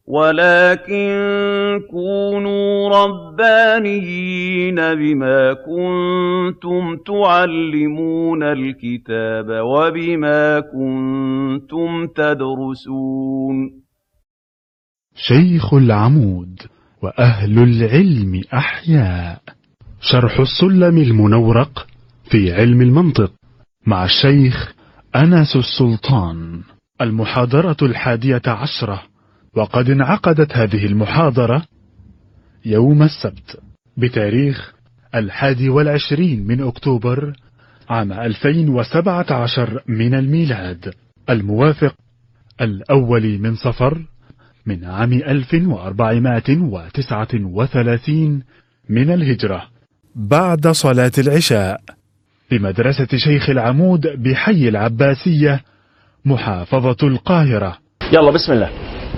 ولكن كونوا ربانيين بما كنتم تعلمون الكتاب وبما كنتم تدرسون. شيخ العمود وأهل العلم أحياء. شرح السلم المنورق في علم المنطق مع الشيخ أنس السلطان. المحاضرة 11، وقد انعقدت هذه المحاضرة يوم السبت بتاريخ 21 من أكتوبر عام 2017 من الميلاد، الموافق 1 من صفر من عام 1439 من الهجرة، بعد صلاة العشاء، بمدرسة شيخ العمود بحي العباسية، محافظة القاهرة. يلا بسم الله.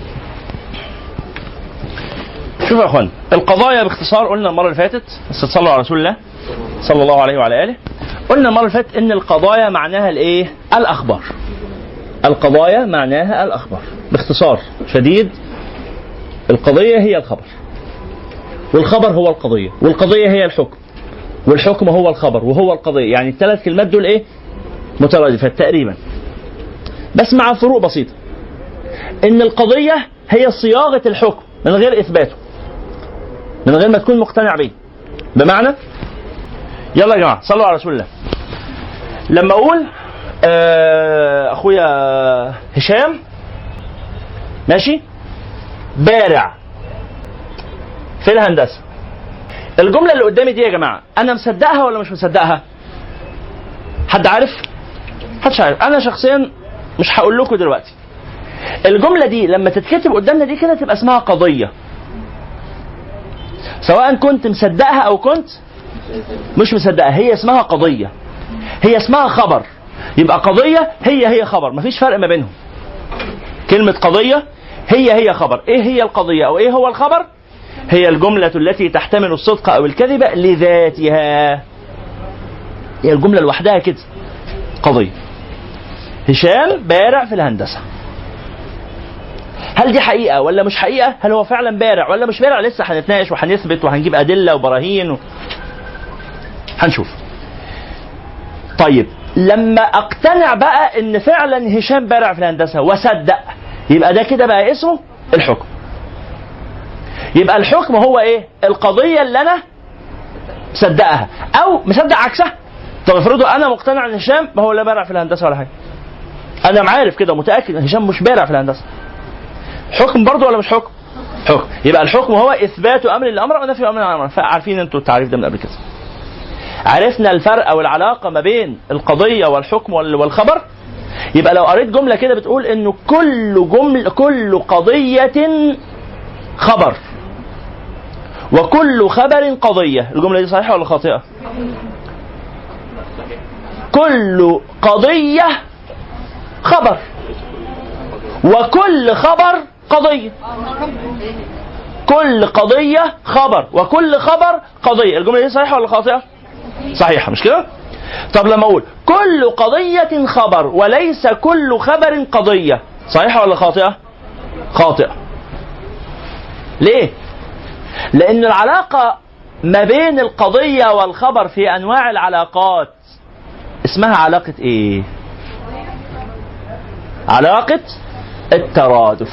شوفوا يا اخوان، القضايا باختصار قلنا المرة اللي فاتت، بس تصلوا على رسول الله صلى الله عليه وعلى آله. قلنا المرة اللي فاتت ان القضايا معناها الايه؟ الأخبار. القضايا معناها الأخبار باختصار شديد. القضية هي الخبر، والخبر هو القضية، والقضية هي الحكم، والحكم هو الخبر وهو القضية. يعني الثلاث كلمات دول ايه؟ مترادفات تقريبا، بس مع فروق بسيطة. ان القضية هي صياغة الحكم من غير اثباته، من غير ما تكون مقتنع به. بمعنى يلا يا جماعة صلوا على رسول الله. لما اقول اخويا هشام ماشي بارع في الهندسة، الجملة اللي قدامي دي يا جماعة انا مصدقها ولا مش مصدقها؟ حد عارف؟ محدش عارف. انا شخصيا مش هقول لكم دلوقتي. الجملة دي لما تتكتب قدامنا دي كده تبقى اسمها قضية، سواء كنت مصدقها او كنت مش مصدقها، هي اسمها قضية، هي اسمها خبر. يبقى قضية هي خبر، مفيش فرق ما بينهم. كلمة قضية هي خبر. ايه هي القضية او ايه هو الخبر؟ هي الجملة التي تحتمل الصدق او الكذب لذاتها. هي الجملة لوحدها كده قضية. هشام بارع في الهندسة. هل دي حقيقة ولا مش حقيقة؟ هل هو فعلا بارع ولا مش بارع؟ لسه هنتناقش وهنثبت وهنجيب أدلة وبراهين هنشوف. طيب لما اقتنع بقى ان فعلا هشام بارع في الهندسة وصدق، يبقى ده كده بقى اسمه الحكم. يبقى الحكم هو ايه؟ القضية اللي انا مصدقها او مصدق عكسها. طب افرضوا انا مقتنع ان هشام ما هو لا بارع في الهندسة ولا حاجة، انا عارف كده متأكد ان هشام مش بارع في الهندسة، حكم برضو ولا مش حكم؟ حكم. يبقى الحكم هو اثبات امر للامر ونفي امر للامر. فعارفين انتوا التعريف ده من قبل كده. عرفنا الفرق او العلاقة ما بين القضية والحكم والخبر. يبقى لو قريت جملة كده بتقول انه كل قضية خبر وكل خبر قضية، الجملة دي صحيحة ولا خاطئة؟ كل قضية خبر وكل خبر قضية. كل قضية خبر وكل خبر قضية، الجملة دي صحيحة ولا خاطئة؟ صحيحة، مش كده؟ طب لما اقول كل قضية خبر وليس كل خبر قضية، صحيحة ولا خاطئة؟ خاطئة. ليه؟ لأن العلاقة ما بين القضية والخبر في أنواع العلاقات اسمها علاقة ايه؟ علاقة الترادف.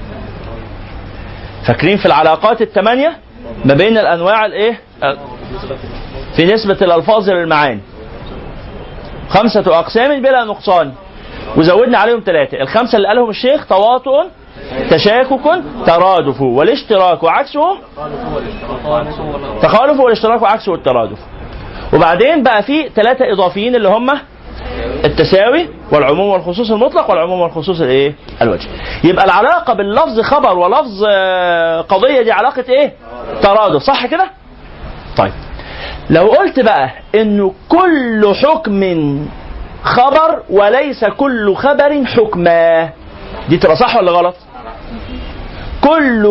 فاكرين في العلاقات الثمانية ما بين الأنواع الايه؟ في نسبة الألفاظ للمعاني 5 أقسام بلا نقصان، وزودنا عليهم 3. الخمسة اللي قالهم الشيخ: تواطؤ، تشاكك، ترادف، والاشتراك وعكسه تخالف، والاشتراك وعكسه الترادف. وبعدين بقى في 3 إضافيين اللي هم التساوي والعموم والخصوص المطلق والعموم والخصوص الايه؟ الوجه. يبقى العلاقة باللفظ خبر ولفظ قضية دي علاقة ايه؟ ترادف، صح كده؟ طيب لو قلت بقى انه كل حكم خبر وليس كل خبر حكما، دي تبقى صح ولا غلط؟ كل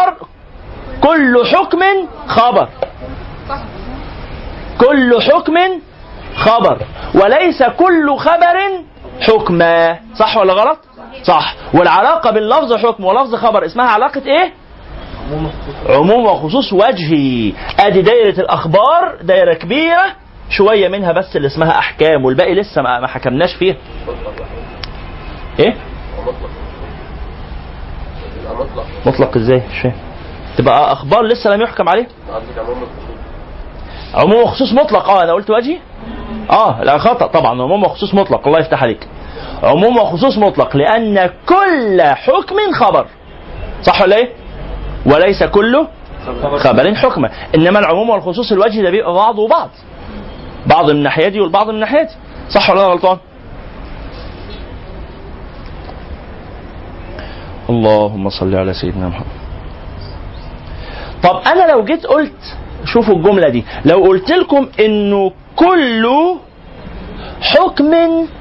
حكم خبر، كل حكم خبر وليس كل خبر حكما، صح ولا غلط؟ صح. والعلاقة بين لفظ حكم ولفظ خبر اسمها علاقة ايه؟ عموم وخصوص وجهي. ادي دايرة الاخبار، دايرة كبيرة شوية منها بس اللي اسمها احكام، والباقي لسه ما حكمناش فيها. ايه؟ مطلق ازاي؟ مش فاهم. تبقى اخبار لسه لم يحكم عليه. عموم وخصوص مطلق. انا قلت وجهي. لا خطأ طبعا. عموم وخصوص مطلق. الله يفتح عليك. عموم وخصوص مطلق لان كل حكم خبر، صح ولا ايه؟ وليس كل خبر حكمة. انما العموم والخصوص الوجه ده بيبقى بعض وبعض، بعض من ناحية دي والبعض من ناحية دي، صح ولا انا غلطان؟ اللهم صل على سيدنا محمد. طب انا لو جيت قلت، شوفوا الجملة دي، لو قلت لكم انه كل حكم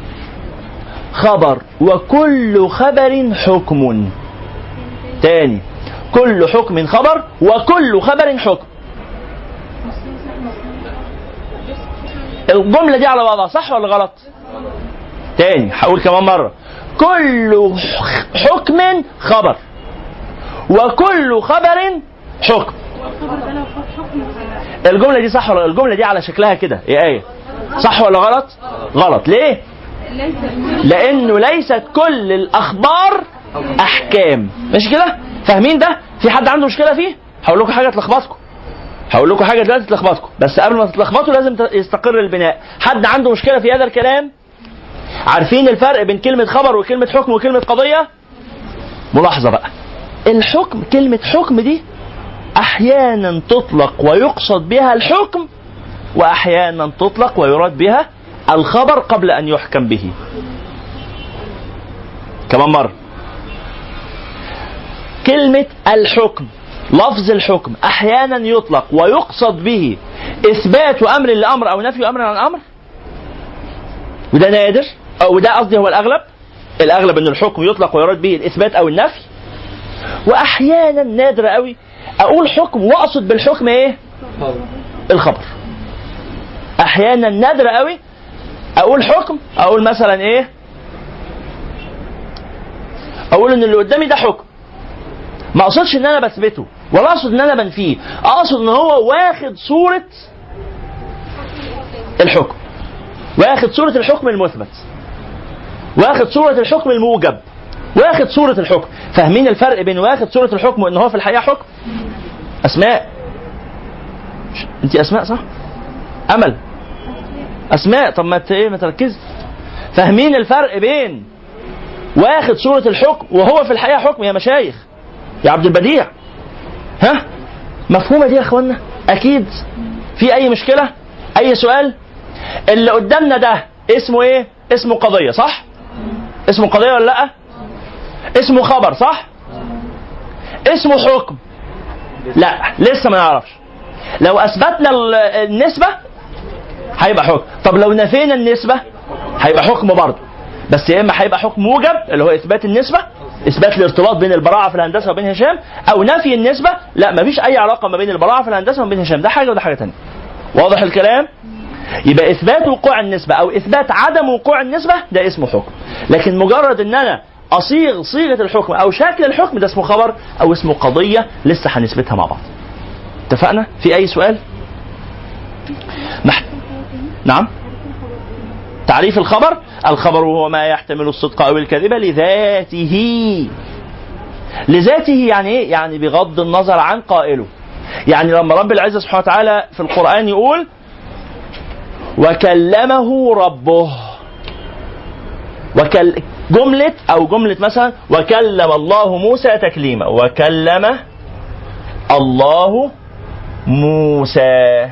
خبر وكل خبر حكم. تاني، كل حكم خبر وكل خبر حكم. الجملة دي على بعضها صح ولا غلط؟ تاني هقول كمان مرة، كل حكم خبر وكل خبر حكم. الجملة دي صح ولا الجملة دي على شكلها كده يا آية صح ولا غلط؟ غلط. ليه؟ لأنه ليست كل الأخبار أحكام. مش كده؟ فاهمين ده؟ في حد عنده مشكلة فيه؟ هقول لكم حاجة تلخبطكم. هقول لكم حاجة دلوقتي تلخبطكم، بس قبل ما تتلخبطوا لازم يستقر البناء. حد عنده مشكلة في هذا الكلام؟ عارفين الفرق بين كلمة خبر وكلمة حكم وكلمة قضية؟ ملاحظة بقى، الحكم، كلمة حكم دي أحيانا تطلق ويقصد بها الحكم، وأحيانا تطلق ويراد بها الخبر قبل أن يحكم به. كمان مرة، كلمة الحكم، لفظ الحكم أحيانا يطلق ويقصد به إثبات أمر لأمر أو نفي أمر عن أمر، وده نادر، أو ده قصدي هو الأغلب. الأغلب أن الحكم يطلق ويراد به الإثبات أو النفي. وأحيانا نادر قوي أقول حكم وأقصد بالحكم إيه؟ الخبر. أحيانا نادر قوي أقول حكم، أقول مثلا إيه؟ أقول إن اللي قدامي ده حكم، ما أقصدش إن أنا بثبته ولا أقصد إن أنا بنفيه، أقصد إن هو واخد صورة الحكم، واخد صورة الحكم المثبت، واخد صورة الحكم الموجب، واخد صورة الحكم. فاهمين الفرق بين واخد صورة الحكم وإن هو في الحقيقة حكم؟ أسماء، أنت أسماء صح؟ أمل، أسماء، طب ما تركز. فاهمين الفرق بين واخد صورة الحكم وهو في الحقيقة حكم يا مشايخ؟ يا عبد البديع، ها؟ مفهومة دي يا أخوانا؟ أكيد. في أي مشكلة؟ أي سؤال؟ اللي قدامنا ده اسمه إيه؟ اسمه قضية صح؟ اسمه قضية ولا لأ؟ اسمه خبر صح؟ اسمه حكم؟ لا، لسه ما نعرفش. لو أثبتنا النسبة هيبقى حكم. طب لو نفينا النسبة هيبقى حكم برضه، بس يا إما هيبقى حكم موجب اللي هو إثبات النسبة، إثبات الارتباط بين البراعة في الهندسة وبين هشام، أو نفي النسبة، لا مفيش أي علاقة ما بين البراعة في الهندسة وبين هشام، ده حاجة وده حاجة تانية. واضح الكلام؟ يبقى إثبات وقوع النسبة أو إثبات عدم وقوع النسبة ده اسمه حكم. لكن مجرد إن أنا أصيغ صيغة الحكم أو شكل الحكم ده اسمه خبر أو اسمه قضية، لسه هنثبتها مع بعض. اتفقنا؟ في أي سؤال؟ نعم. تعريف الخبر: الخبر هو ما يحتمل الصدق أو الكذب لذاته. لذاته يعني إيه؟ يعني بغض النظر عن قائله. يعني لما رب العزة سبحانه وتعالى في القرآن يقول وكلمه ربه، جملة أو جملة مثلا وكلم الله موسى تكليما، وكلم الله موسى،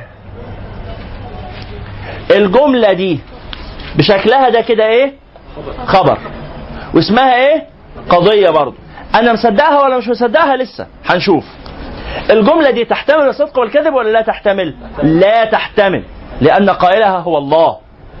الجملة دي بشكلها ده كده ايه؟ خبر. واسمها ايه؟ قضية برضو. انا مصدقها ولا مش مصدقها؟ لسه هنشوف. الجملة دي تحتمل الصدق والكذب ولا لا تحتمل؟ لا تحتمل، لأن قائلها هو الله.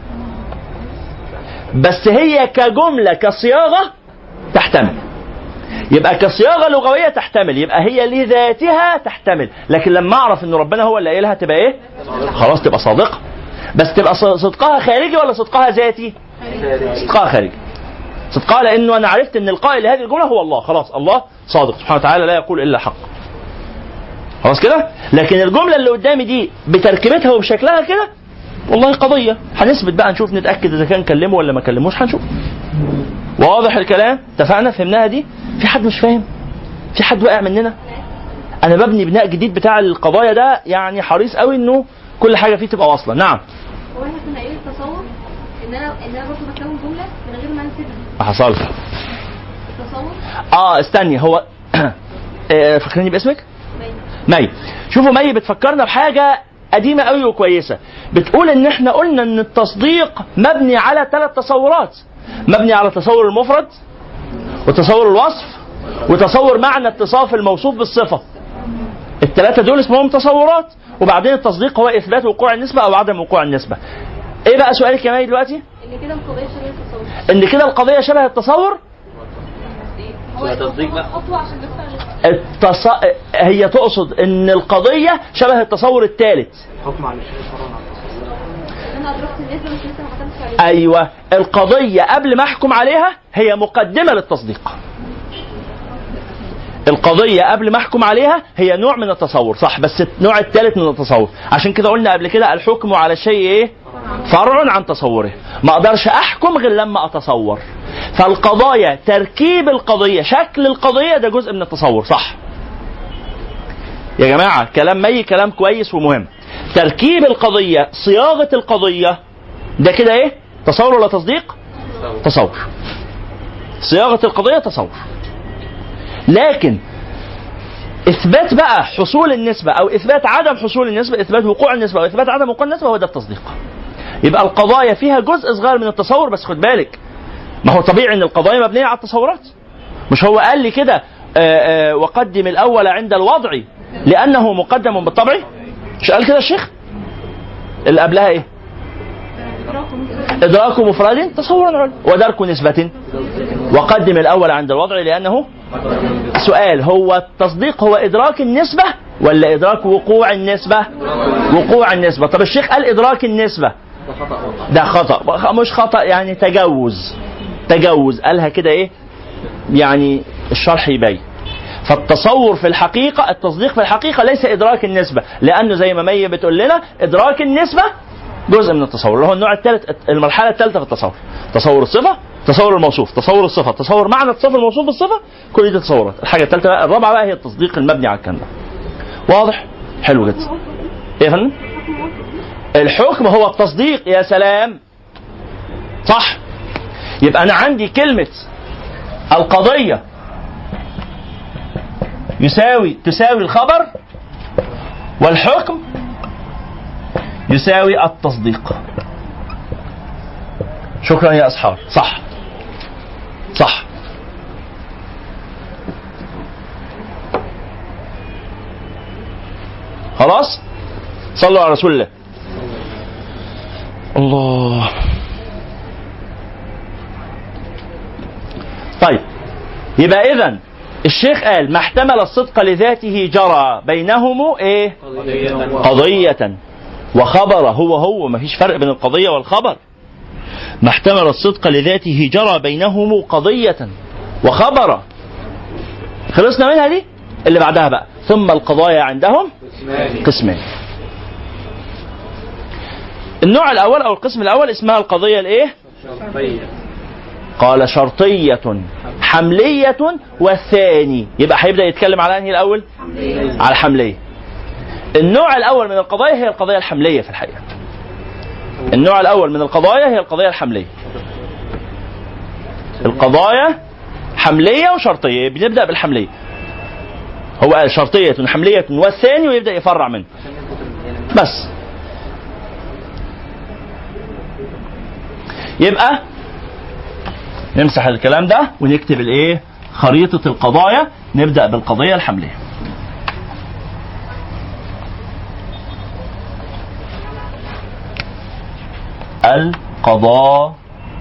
بس هي كجملة كصياغة تحتمل. يبقى كصياغة لغوية تحتمل، يبقى هي لذاتها تحتمل. لكن لما أعرف إن ربنا هو اللي قايلها تبقى إيه؟ خلاص تبقى صادقة. بس تبقى صدقها خارجي ولا صدقها ذاتي؟ صدقها خارجي. صدقها لانه انا عرفت ان القائل لهذه الجمله هو الله، خلاص الله صادق سبحانه وتعالى لا يقول الا حق، خلاص كده. لكن الجمله اللي قدامي دي بتركيبتها وبشكلها كده والله قضيه، هنثبت بقى نشوف نتاكد اذا كان كلمه ولا ما كلموش، هنشوف. واضح الكلام؟ اتفقنا فهمناها دي؟ في حد مش فاهم؟ في حد واقع مننا؟ انا ببني بناء جديد بتاع القضايا ده، يعني حريص قوي انه كل حاجه فيه تبقى واصله. نعم. هو احنا كنا قايلين التصور ان انا برضه بكون جمله من غير ما انسبها. ما حصلش التصور. استني، هو فاكريني باسمك؟ مي. شوفوا مي بتفكرنا بحاجه قديمه قوي وكويسه، بتقول ان احنا قلنا ان التصديق مبني على 3 تصورات، مبني على تصور المفرد وتصور الوصف وتصور معنى اتصاف الموصوف بالصفه. ال3 دول اسمهم تصورات، وبعدين التصديق هو اثبات وقوع النسبه او عدم وقوع النسبه. ايه بقى سؤالك يا مي دلوقتي؟ ان كده القضيه شبه التصور. ان كده القضيه شبه التصور. هو تصديق بقى خطوه عشان نفهم هي تقصد ان القضيه شبه التصور الثالث. حكم على الشيء فرعا على التصور. انا ادركت النسبه مش لسه ما حكمتش عليها. ايوه، القضيه قبل ما احكم عليها هي مقدمه للتصديق. القضيه قبل ما احكم عليها هي نوع من التصور، صح، بس النوع الثالث من التصور. عشان كده قلنا قبل كده الحكم على الشيء ايه؟ فرع عن تصوره. ما اقدرش احكم غير لما اتصور. فالقضايا تركيب القضيه، شكل القضيه، ده جزء من التصور، صح يا جماعه؟ كلام مي كلام كويس ومهم. تركيب القضيه، صياغه القضيه، ده كده ايه؟ تصور ولا تصديق؟ تصور. صياغه القضيه تصور. لكن اثبات بقى حصول النسبه او اثبات عدم حصول النسبه، اثبات وقوع النسبه او اثبات عدم وقوع النسبه، هو ده التصديق. يبقى القضايا فيها جزء صغير من التصور، بس خد بالك، ما هو طبيعي ان القضايا مبنيه على التصورات. مش هو قال لي كده وقدم الاول عند الوضع لانه مقدم بالطبع؟ مش قال كده الشيخ؟ اللي قبلها ايه؟ ادراك مفرد تصور علم، ودرك نسبه، وقدم الاول عند الوضع لانه. سؤال، هو التصديق هو ادراك النسبه ولا ادراك وقوع النسبه؟ وقوع النسبه. طب الشيخ قال ادراك النسبه، ده خطا. مش خطا يعني تجوز قالها كده ايه يعني الشرح يبين. فالتصور في الحقيقه، التصديق في الحقيقه ليس ادراك النسبه، لانه زي ما مي بتقول لنا ادراك النسبه جزء من التصور، اللي هو النوع الثالث، المرحله الثالثه في التصور. تصور الصفه، تصور الموصوف، تصور الصفه، تصور معنى اتصاف الموصوف بالصفه، كل دي تصورات. الحاجه الثالثه بقى، الرابعه بقى، هي التصديق المبني على الكلام ده. واضح؟ حلو جدا. ايه يا فندم؟ الحكم هو التصديق. يا سلام، صح. يبقى انا عندي كلمه القضيه تساوي الخبر، والحكم يساوي التصديق. شكرا يا أصحاب. صح. خلاص، صلوا على رسول الله. طيب، يبقى إذن الشيخ قال ما احتمل الصدق لذاته جرى بينهم ايه؟ قضية وخبر. هو ما فيش فرق بين القضية والخبر. ما احتمل الصدق لذاته جرى بينهم قضية وخبر. خلصنا منها دي. اللي بعدها بقى ثم القضايا عندهم قسمان. النوع الأول أو القسم الأول اسمها القضية الايه؟ قال شرطية حملية والثاني. يبقى هيبدأ يتكلم على انهي الأول؟ على الحملية. النوع الأول من القضايا هي القضايا الحملية في الحقيقة. النوع الأول من القضايا هي القضايا الحملية. القضايا حملية وشرطية. بنبدأ بالحملية. هو قال شرطية حملية والثاني، ويبدأ يفرع منه بس. يبقى نمسح الكلام ده ونكتب الايه؟ خريطة القضايا. نبدأ بالقضية الحملية. القضايا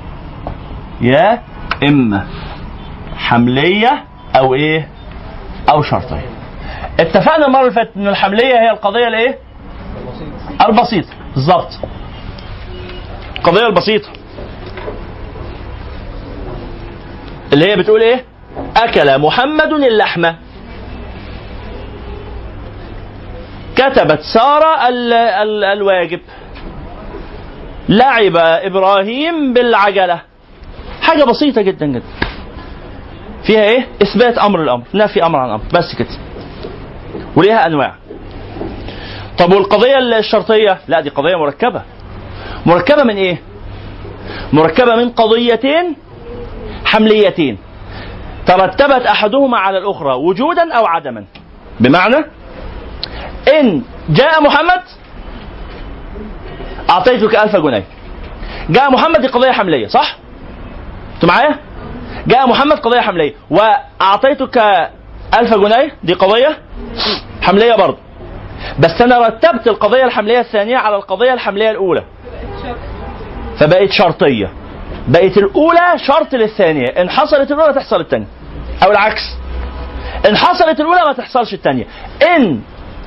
إما حملية أو إيه؟ أو شرطية. اتفقنا المرة اللي فاتت إن الحملية هي القضية الإيه؟ البسيطة. بالظبط، القضية البسيطة. اللي هي بتقول ايه؟ اكل محمد اللحمة. كتبت سارة الواجب. لعب ابراهيم بالعجلة. حاجة بسيطة جدا جدا فيها ايه؟ اثبات امر الامر، نفي امر عن امر، بس كده. وليها انواع. طب والقضية الشرطية؟ لا، دي قضية مركبة. مركبة من ايه؟ مركبة من قضيتين حمليتين ترتبت احدهما على الاخرى وجودا او عدما. بمعنى ان جاء محمد اعطيتك 1000 جنيه. جاء محمد، دي قضية حملية، صح؟ انتوا معايا؟ جاء محمد قضية حملية، واعطيتك 1000 جنيه دي قضية حملية برضه. بس انا رتبت القضية الحملية الثانية على القضية الحملية الاولى، فبقت شرطية. بقت الاولى شرط للثانية، ان حصلت الاولى تحصل الثانية، او العكس، ان حصلت الاولى ما تحصلش الثانية. ان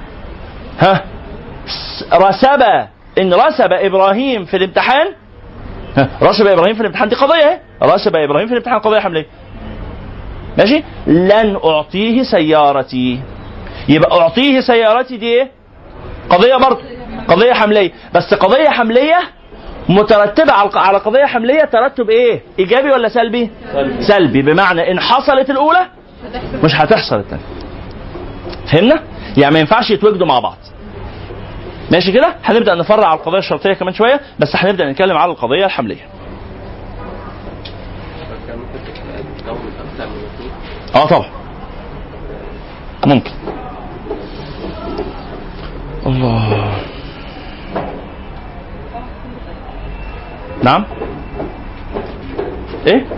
رسب ابراهيم في الامتحان، رسب ابراهيم في الامتحان دي قضية اهي، رسب ابراهيم في الامتحان قضية حملية، ماشي. لن اعطيه سيارتي، يبقى اعطيه سيارتي دي ايه؟ قضية برضه، قضية حملية. بس قضية حملية مترتبة على قضية حملية ترتب ايه؟ ايجابي ولا سلبي؟ سلبي. بمعنى ان حصلت الاولى مش هتحصل الثانية. فهمنا؟ يعني ما ينفعش يتوجدوا مع بعض. ماشي كده؟ هنبدأ نفرع على القضية الشرطية كمان شوية، بس هنبدأ نتكلم على القضية الحملية. طبعا ممكن. الله. نعم. ايه؟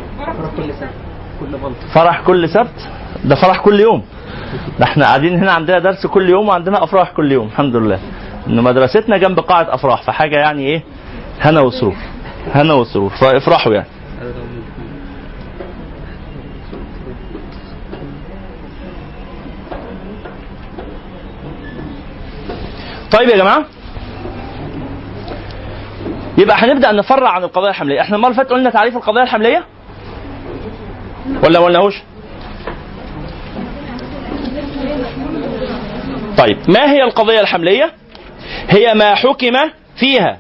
فرح كل سبت؟ ده فرح كل يوم. ده احنا قاعدين هنا عندنا درس كل يوم وعندنا افراح كل يوم، الحمد لله ان مدرستنا جنب قاعة افراح، فحاجة يعني ايه، هنا وسرور، هنا وسرور، فافرحوا يعني. طيب يا جماعة، يبقى هنبدأ نفرع عن القضايا الحملية. احنا المرة اللي فاتت قلنا تعريف القضايا الحملية ولا ما قلناهوش؟ طيب، ما هي القضية الحملية؟ هي ما حكم فيها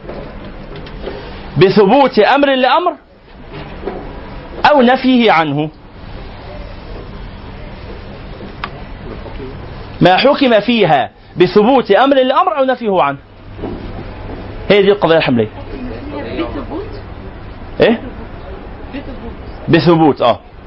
بثبوت أمر لأمر أو نفيه عنه. ما حكم فيها بثبوت أمر لأمر أو نفيه عنه، هي دي القضية الحملية. إيه؟ بثبوت.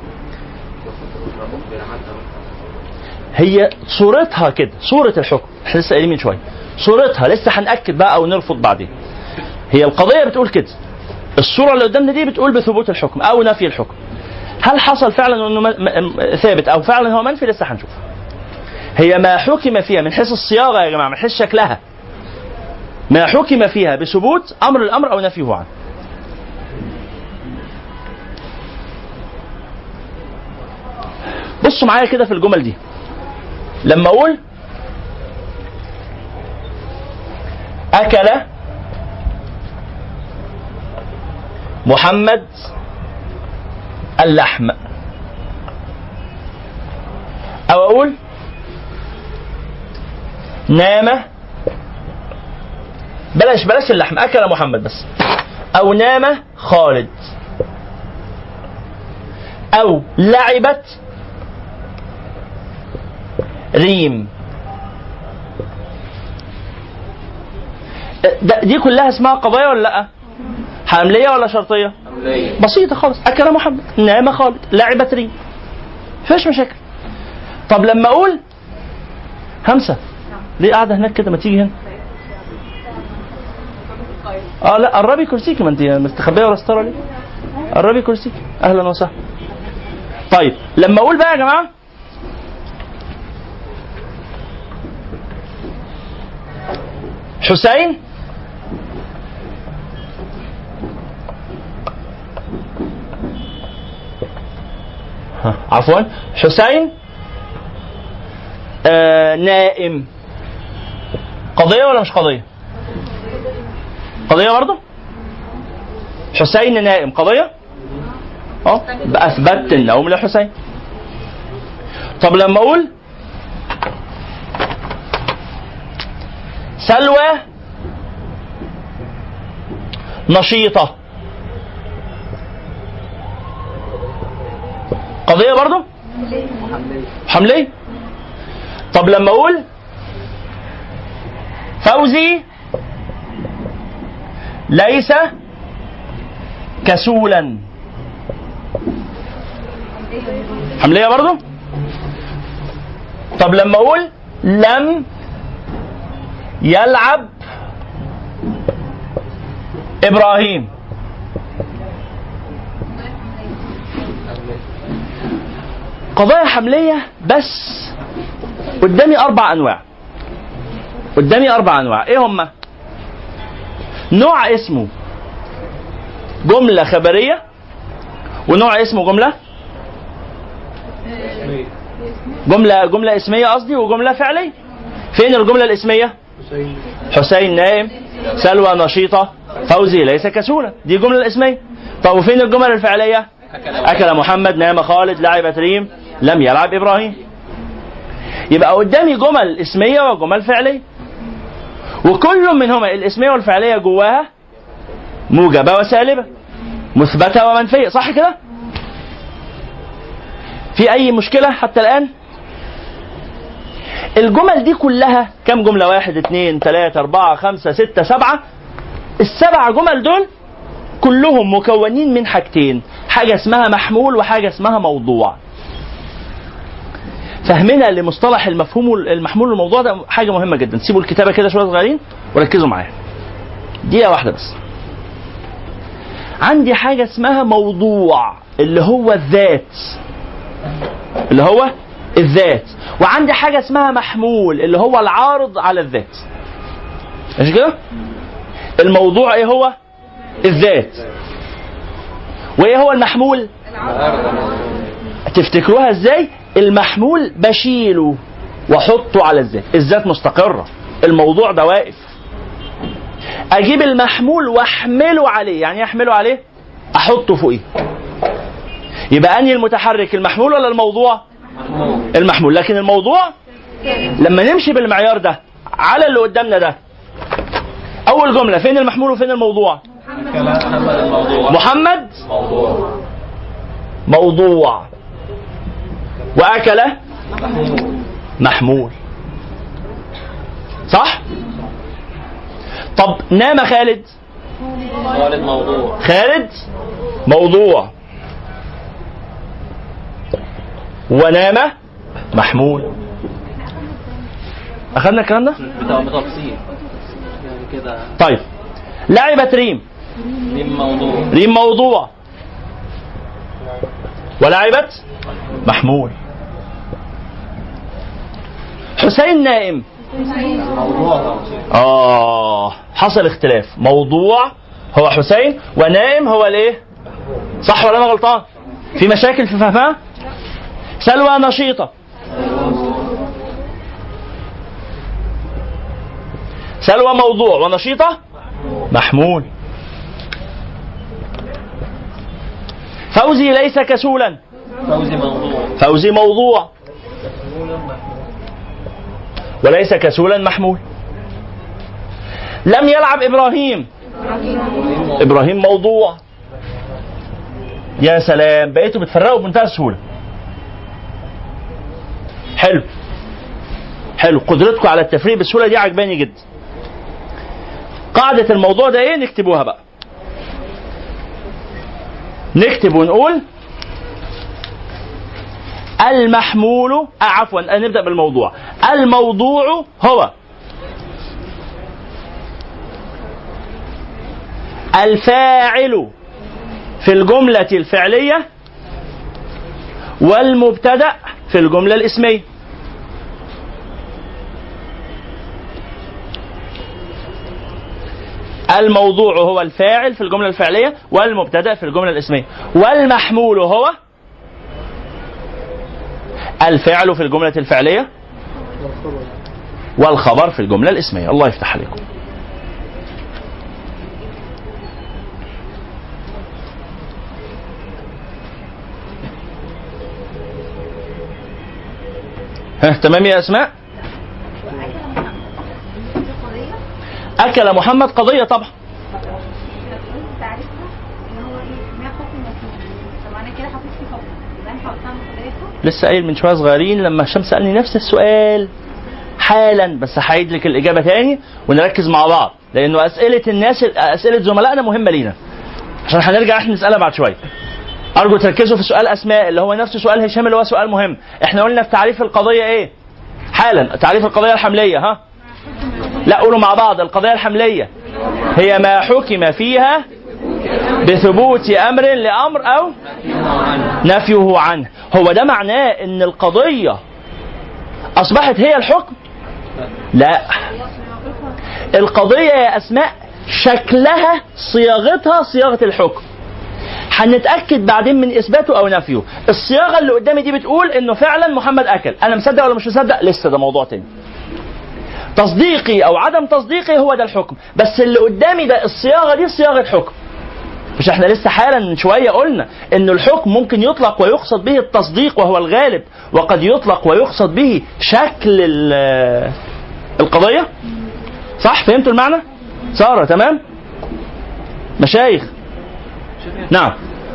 هي صورتها كده، صورة الحكم احنا لسه قايلين من شوية، صورتها لسه هنأكد بقى أو نرفض بعدين. هي القضية بتقول كده، الصورة اللي قدامنا دي بتقول بثبوت الحكم أو نفي الحكم. هل حصل فعلا أنه ثابت أو فعلا هو منفي؟ لسه هنشوف. هي ما حكم فيها من حيث الصياغة يا جماعة، من حيث شكلها، ما حكم فيها بثبوت أمر الأمر أو نفيه عنه. بصوا معايا كده في الجمل دي. لما أقول أكل محمد اللحم، أو أقول نام، بلاش اللحم، أكل محمد بس، أو نام خالد، أو لعبت ريم. دي كلها اسمها قضايا ولا لا؟ حملية ولا شرطية؟ حملية. بسيطة خالص. أكل محمد، نام خالد، لعبت ريم، فيش مشاكل. طب لما أقول همسة، ليه قاعدة هناك كده؟ ما تيجي هنا. لا، قربي كرسيكي، ما انت مستخبية ولا ستارة ليه؟ قربي كرسيكي. أهلا وسهلا. طيب لما أقول بقى يا جماعة حسين عفوا، حسين نائم، قضية ولا مش قضية؟ قضية برضه. حسين نائم قضية. اثبتت النوم لحسين. طب لما اقول سلوى نشيطة، قضية برضو حملية. طب لما اقول فوزي ليس كسولا، حملية برضو. طب لما اقول لم يلعب ابراهيم، قضايا حملية. بس قدامي 4 أنواع، قدامي 4 أنواع. ايه هما؟ نوع اسمه جملة خبرية، ونوع اسمه جملة اسمية قصدي، وجملة فعلية. فين الجملة الاسمية؟ حسين نائم، سلوى نشيطة، فوزي ليس كسولا، دي الجملة الاسمية. طب وفين الجمل الفعلية؟ أكل محمد، نام خالد، لعبت ريم، لم يلعب إبراهيم. يبقى قدامي جمل اسمية وجمل فعلية، وكل منهما الاسمية والفعلية جواها موجبة وسالبة، مثبتة ومنفية، صح كده؟ في أي مشكلة حتى الآن؟ الجمل دي كلها كم جملة؟ 1 2 3 4 5 6 7. ال7 جمل دول كلهم مكونين من حاجتين، حاجة اسمها محمول وحاجة اسمها موضوع. فهمنا لمصطلح المحمول والموضوع ده حاجة مهمة جدا. سيبوا الكتابة كده شوية صغيرين وركزوا معايا دقيقة واحدة بس. عندي حاجة اسمها موضوع اللي هو الذات، وعندي حاجة اسمها محمول اللي هو العارض على الذات، مش كده؟ الموضوع ايه هو؟ الذات. وايه هو المحمول؟ تفتكروها ازاي؟ المحمول بشيله واحطه على الذات مستقرة، الموضوع ده واقف. اجيب المحمول واحمله عليه، يعني احمله عليه احطه فوقيه. يبقى انهي المتحرك، المحمول ولا الموضوع؟ المحمول. لكن الموضوع لما نمشي بالمعيار ده على اللي قدامنا ده، اول جملة فين المحمول وفين الموضوع؟ محمد موضوع، وأكل محمول، صح؟ طب نام خالد موضوع، ونام محمول. أخذنا الكلام ده؟ طيب لعبت ريم موضوع، ولعبت محمول. حسين نائم حصل اختلاف، موضوع هو حسين ونائم هو الايه؟ صح ولا انا غلطان؟ في مشاكل في فهمها؟ سلوى نشيطة، سلوى موضوع ونشيطة محمول. فوزي ليس كسولا، فوزي موضوع وليس كسولا محمول. لم يلعب إبراهيم، إبراهيم موضوع. يا سلام، بقيتوا بتفرقوا بمنتهى السهولة. حلو، قدرتكم على التفريق بالسهولة دي عجباني جدا. قاعدة الموضوع ده ايه؟ نكتبوها بقى، نكتب ونقول المحمول عفوا نبدأ بالموضوع. الموضوع هو الفاعل في الجملة الفعلية والمبتدأ في الجملة الاسمية. الموضوع هو الفاعل في الجملة الفعلية والمبتدأ في الجملة الاسمية، والمحمول هو الفعل في الجملة الفعلية والخبر في الجملة الاسمية. الله يفتح عليكم. تمام يا اسماء. اكل محمد قضيه طبعا. لسه قايل من شويه صغيرين لما هشام سالني نفس السؤال حالا، بس هعيد لك الاجابه تاني ونركز مع بعض، لانه اسئله الناس اسئله زملائنا مهمه لينا عشان هنرجع احنا نسالها بعد شويه. ارجو تركزوا في سؤال اسماء اللي هو نفس سؤال هشام اللي هو سؤال مهم. احنا قلنا في تعريف القضيه ايه حالا؟ تعريف القضيه الحمليه. ها لا قولوا مع بعض. القضيه الحمليه هي ما حكم فيها بثبوت امر لامر او نفيه عنه. هو ده معناه ان القضيه اصبحت هي الحكم؟ لا، القضيه يا اسماء شكلها صياغتها صياغه الحكم. هنتاكد بعدين من اثباته او نفيه. الصياغه اللي قدامي دي بتقول انه فعلا محمد اكل، انا مصدق ولا مش مصدق؟ لسه ده موضوع تاني. تصديقي او عدم تصديقي هو ده الحكم، بس اللي قدامي ده الصياغه دي صياغه حكم. مش احنا لسه حالا من شويه قلنا ان الحكم ممكن يطلق ويقصد به التصديق وهو الغالب، وقد يطلق ويقصد به شكل القضيه؟ صح؟ فهمتوا المعنى؟ ساره تمام؟ مشايخ نعم.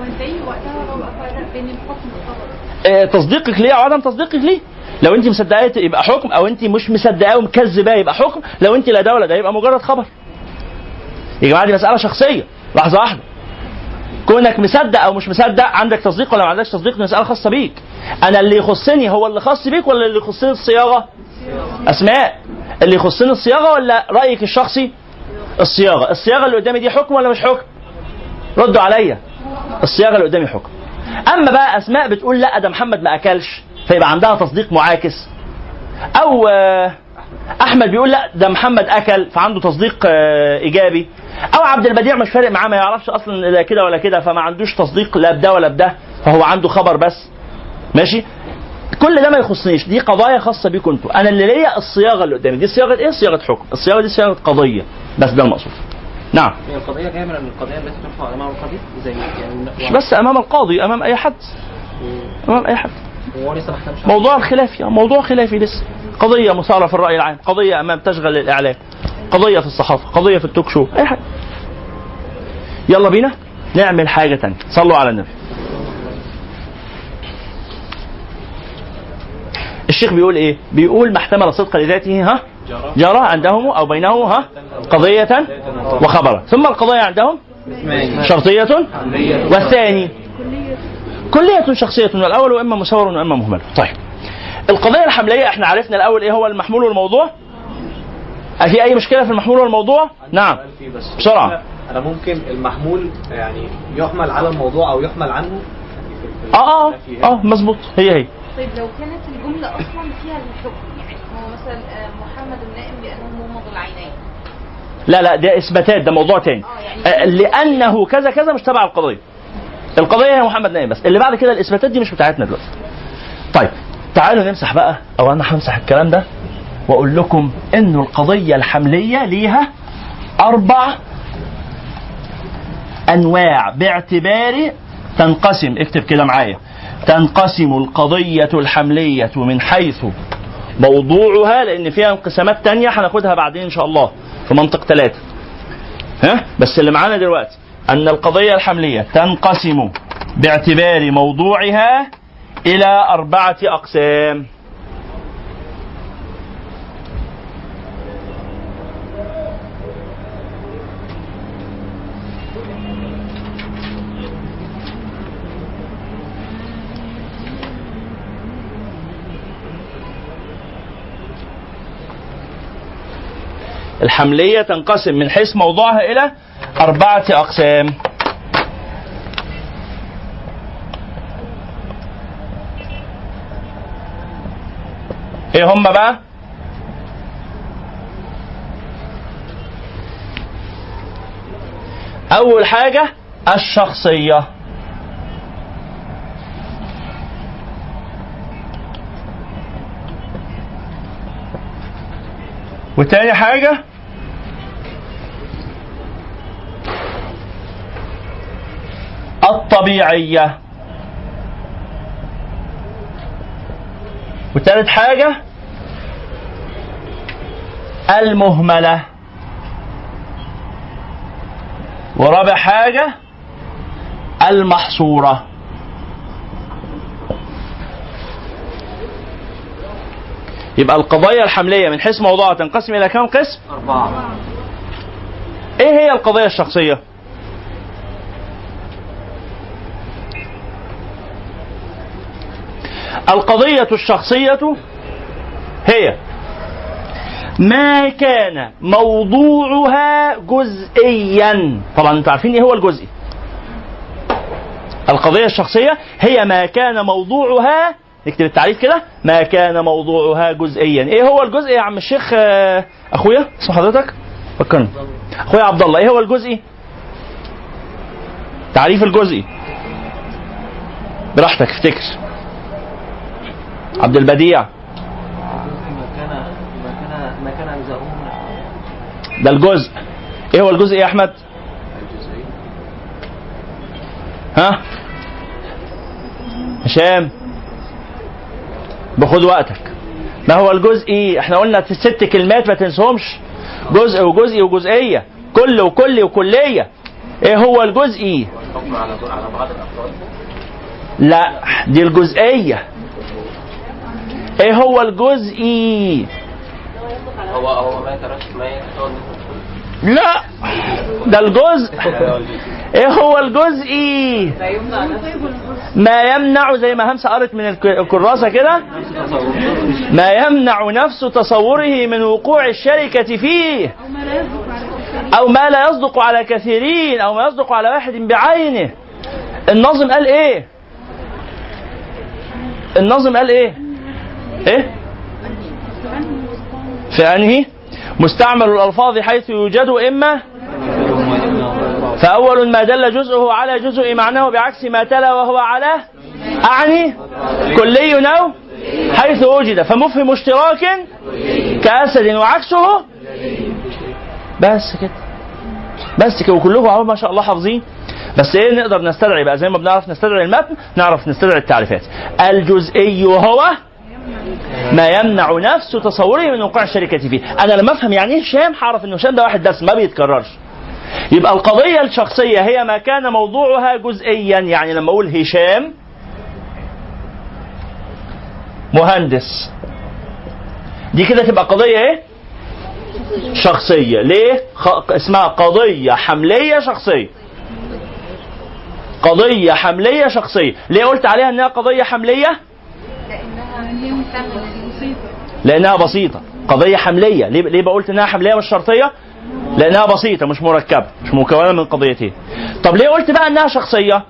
تصديقك ليه او عدم تصديقك ليه؟ لو انت مصدقاه يبقى حكم، او انت مش مصدقاه ومكذباه يبقى حكم، لو انت لا ده ولا ده يبقى مجرد خبر. يا جماعه دي مساله شخصيه، لحظه واحده. كونك مصدق او مش مصدق، عندك تصديق ولا ما عندكش تصديق، دي مساله خاصه بيك. انا اللي يخصني هو اللي خاص بيك ولا اللي يخصني الصياغه؟ اسماء، اللي يخصني الصياغه ولا رايك الشخصي؟ الصياغه. الصياغه اللي قدامي دي حكم ولا مش حكم؟ ردوا عليا. الصياغه اللي قدامي حكم. اما بقى اسماء بتقول لا ده محمد ما اكلش، فيبقى عندها تصديق معاكس. او احمد بيقول لا ده محمد اكل، فعنده تصديق ايجابي. او عبد البديع مش فارق معاه، ما يعرفش اصلا لا كده ولا كده، فما عندوش تصديق لا بده ولا بده، فهو عنده خبر بس. ماشي؟ كل ده ما يخصنيش، دي قضايا خاصه بيكم انتوا. انا اللي ليا الصياغه اللي قدامي دي صياغه ايه؟ صياغه حكم. الصياغه دي صياغه قضيه، بس ده المقصود. نعم. هي القضيه جايه من القضيه التي ترفع امام القاضي، زي يعني مش بس امام القاضي، امام اي حد. امام اي حد. هو لسه ما حكمش. موضوع خلافي، موضوع خلافي لسه. قضيه مثاره في الراي العام، قضيه امام تشغل الاعلام، قضيه في الصحافه، قضيه في التوك شو، اي حاجه. يلا بينا نعمل حاجه ثانيه. صلوا على النبي. الشيخ بيقول ايه؟ بيقول ما احتمل صدق لذاته ها جرى عندهم او بينه ها قضيه وخبرا. ثم القضايا عندهم شرطيه والثاني كلية شخصية، والأول وإما مسور وإما مهمل. طيب القضية الحملية احنا عرفنا الأول إيه هو المحمول والموضوع. في أي مشكلة في المحمول والموضوع؟ نعم بسرعة. أنا ممكن المحمول يعني يحمل على الموضوع أو يحمل عنه. مظبوط. هي طيب لو كانت الجملة أصلا فيها الحكم، يعني هو مثلا محمد النائم لأنه مغمض العينين. لا ده إثباتات، ده موضوع تاني. يعني لأنه كذا كذا مش تبع القضية. القضية هي محمد نائم بس، اللي بعد كده الإثباتات دي مش بتاعتنا دلوقتي. طيب تعالوا نمسح بقى، أو أنا همسح الكلام ده وأقول لكم إنه القضية الحملية ليها 4 أنواع باعتبار تنقسم. اكتب كده معايا. تنقسم القضية الحملية من حيث موضوعها، لأن فيها انقسامات تانية هناخدها بعدين إن شاء الله في منطق 3. بس اللي معانا دلوقتي أن القضية الحملية تنقسم باعتبار موضوعها إلى 4 أقسام. الحملية تنقسم من حيث موضوعها إلى 4 أقسام. إيه هم بقى؟ أول حاجة الشخصية. وتاني حاجة الطبيعية. وثالث حاجة المهملة، ورابع حاجة المحصورة. يبقى القضايا الحملية من حيث موضوعها تنقسم إلى كم قسم؟ 4. إيه هي القضية الشخصية؟ القضية الشخصية هي ما كان موضوعها جزئيا. طبعا انتوا عارفين ايه هو الجزئي. القضية الشخصية هي ما كان موضوعها، نكتب التعريف كده، ما كان موضوعها جزئيا. ايه هو الجزئي يا عم الشيخ اخويا؟ اسم حضرتك؟ فكرني. اخويا عبد الله، ايه هو الجزئي؟ تعريف الجزئي براحتك افتكر. عبد البديع. ما كان أجزاؤه ده الجزء. ايه هو الجزء يا احمد؟ ها هشام بخد وقتك. ما هو الجزء؟ احنا قلنا 6 كلمات ما تنسهمش، جزء وجزئي وجزئيه، كل وكلي وكليه. ايه هو الجزئي؟ على بعض الأفراد. لا دي الجزئيه. ايه هو الجزئي؟ هو ما يتركش ما يحصل. لا ده الجزء. ايه هو الجزئي؟ ما يمنع، زي ما همسة قرت من الكراسة كده، ما يمنع نفس تصوره من وقوع الشركة فيه، او ما لا يصدق على كثيرين، او ما يصدق على واحد بعينه. الناظم قال ايه؟ الناظم قال ايه؟ ايه؟ في انهي؟ مستعمل الألفاظ حيث يوجد إما فأول ما دل جزءه على جزء معناه بعكس ما تلا وهو على أعني كلي أو حيث وجد فمفهم اشتراك كأسد وعكسه. بس كده، بس كده، وكلهم عم ما شاء الله حافظين. بس ايه نقدر نستدعي بقى؟ زي ما بنعرف نستدعي المتن نعرف نستدعي التعريفات. الجزئي هو ما يمنع نفس تصوره من وقوع الشركة فيه. أنا لما أفهم يعني إيه هشام هعرف إن هشام ده واحد بس ما بيتكررش. يبقى القضية الشخصية هي ما كان موضوعها جزئيا. يعني لما أقول هشام مهندس، دي كده تبقى قضية إيه؟ شخصية. ليه؟ اسمها قضية حملية شخصية. قضية حملية شخصية. ليه قلت عليها إنها قضية حملية؟ لأنها بسيطة. قضية حملية. ليه بقولت إنها حملية مش شرطية؟ لأنها بسيطة مش مركبة، مش مكونة من قضيتين. طب ليه قلت بقى إنها شخصية؟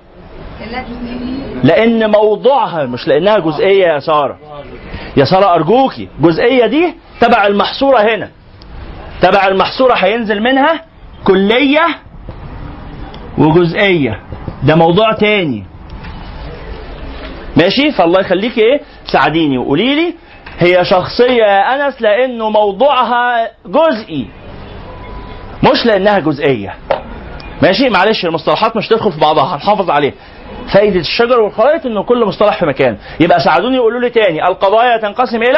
لأن موضوعها، مش لأنها جزئية. يا سارة، يا سارة أرجوكي، جزئية دي تبع المحصورة. هنا تبع المحصورة هينزل منها كلية وجزئية، ده موضوع تاني. ماشي؟ فالله يخليك ايه ساعديني وقولي لي هي شخصية يا أنس لأنه موضوعها جزئي مش لأنها جزئية. ماشي؟ معلش المصطلحات مش تدخل في بعضها، هنحافظ عليها. فايدة الشجر والخرائط إنه كل مصطلح في مكان. يبقى ساعدوني يقولوا لي تاني القضايا تنقسم إلى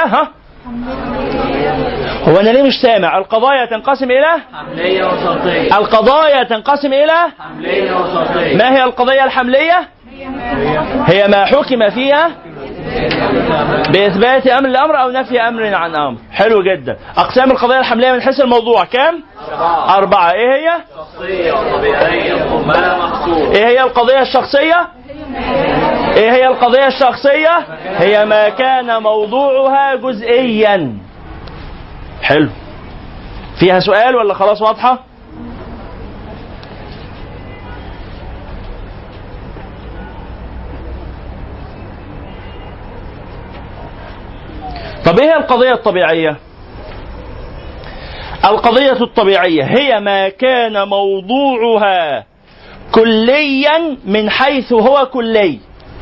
هو أنا ليه مش سامع؟ القضايا تنقسم إلى حملية وشرطية. القضايا تنقسم إلى حملية وشرطية. ما هي القضية الحملية؟ هي ما حكم فيها بإثبات أمر الأمر أو نفي أمر عن أمر. حلو جدا. أقسام القضية الحملية من حيث الموضوع كم؟ 4. إيه هي؟ شخصية وطبيعية ومهملة محصورة. إيه هي القضية الشخصية؟ إيه هي القضية الشخصية؟ هي ما كان موضوعها جزئيا. حلو. فيها سؤال ولا خلاص واضحة؟ طب ايه هي القضية الطبيعية؟ القضية الطبيعية هي ما كان موضوعها كليا من حيث هو كلي،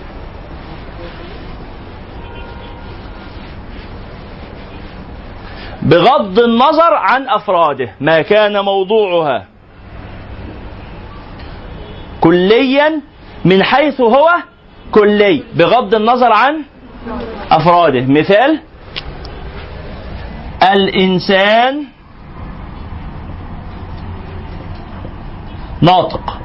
بغض النظر عن أفراده. ما كان موضوعها كليا من حيث هو كلي بغض النظر عن أفراده. مثال: الإنسان ناطق.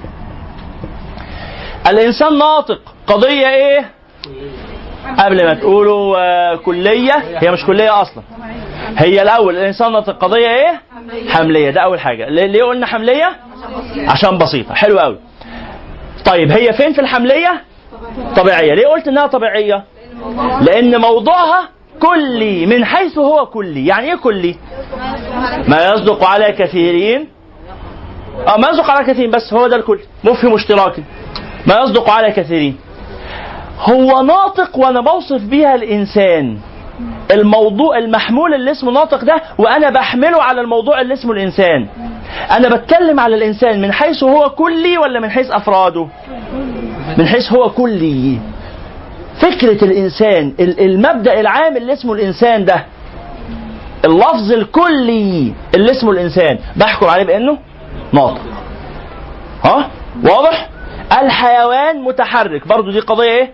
الإنسان ناطق قضية إيه؟ قبل ما تقولوا كلية، هي مش كلية أصلا. هي الأول الإنسان ناطق قضية إيه؟ حملية. ده أول حاجة. ليه قلنا حملية؟ عشان بسيطة. حلو قوي. طيب هي فين في الحملية؟ طبيعية. ليه قلت إنها طبيعية؟ لأن موضوعها كلي من حيث هو كلي. يعني إيه كلي؟ ما يصدق على كثيرين، ما يصدق على كثيرين بس هو ده الكل، مفهم اشتراكي. ما يصدق على كثيرين هو ناطق، وانا بوصف بيها الانسان. الموضوع المحمول اللي اسمه ناطق ده، وانا بحمله على الموضوع اللي اسمه الانسان. انا بتكلم على الانسان من حيث هو كلي ولا من حيث افراده؟ من حيث هو كلي. فكرة الانسان، المبدأ العام اللي اسمه الانسان ده، اللفظ الكلي اللي اسمه الانسان، بحكم عليه بانه ناطق. ها واضح؟ الحيوان متحرك، برضو دي قضية ايه؟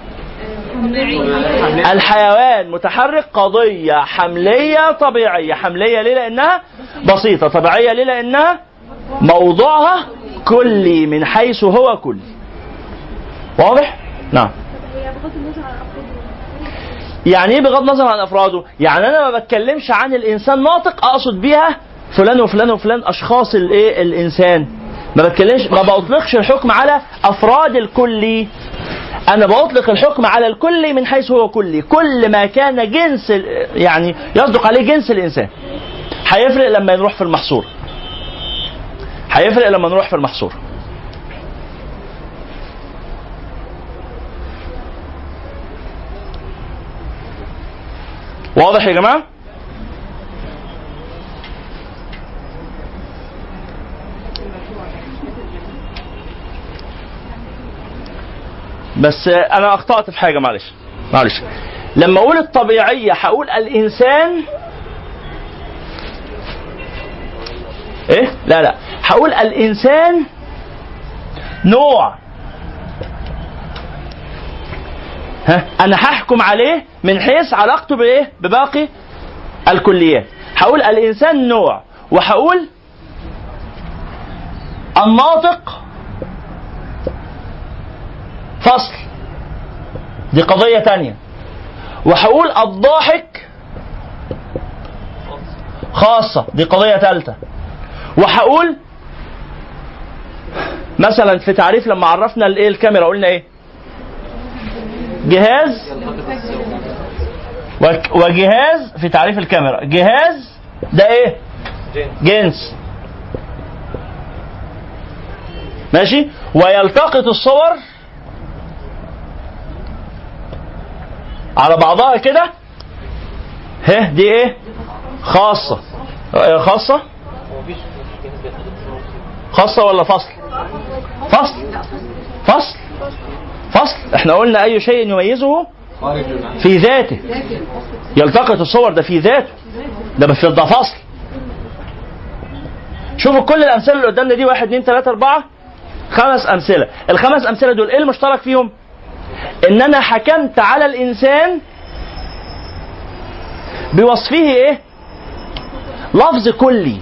الحيوان متحرك قضية حملية طبيعية. حملية ليه؟ لأنها بسيطة. طبيعية ليه؟ لأنها موضوعها كلي من حيث هو كلي. واضح؟ نعم. يعني ايه بغض النظر عن أفراده؟ يعني أنا ما بتكلمش عن الإنسان ناطق أقصد بيها فلان وفلان وفلان أشخاص الإيه؟ الإنسان. ما بتكلمش، ما بطلقش الحكم على أفراد الكلي. أنا بطلق الحكم على الكلي من حيث هو كلي. كل ما كان جنس يعني يصدق عليه جنس الإنسان. هيفرق لما نروح في المحصور. هيفرق لما نروح في المحصور. واضح يا جماعة؟ بس انا اخطأت في حاجة، معلش. لما اقول الطبيعية هقول الانسان ايه؟ لا هقول الانسان نوع. انا هحكم عليه من حيث علاقته بايه؟ بباقي الكليات. هقول الانسان نوع، وهقول الناطق فصل، دي قضية تانية. وهقول الضاحك خاصة، دي قضية ثالثة. وهقول مثلا في تعريف لما عرفنا الايه الكاميرا قلنا ايه؟ جهاز وجهاز. في تعريف الكاميرا جهاز ده ايه؟ جنس. ماشي. ويلتقط الصور على بعضها كده. دي ايه؟ خاصة. خاصة ولا فصل؟ فصل. احنا قلنا اي شيء يميزه في ذاته. يلتقط الصور ده في ذاته، ده فصل. شوفوا كل الامثله اللي قدامنا دي 1 2 3 4 5 امثله. الخمس امثله دول ايه المشترك فيهم؟ ان انا حكمت على الانسان بوصفه ايه؟ لفظ كلي.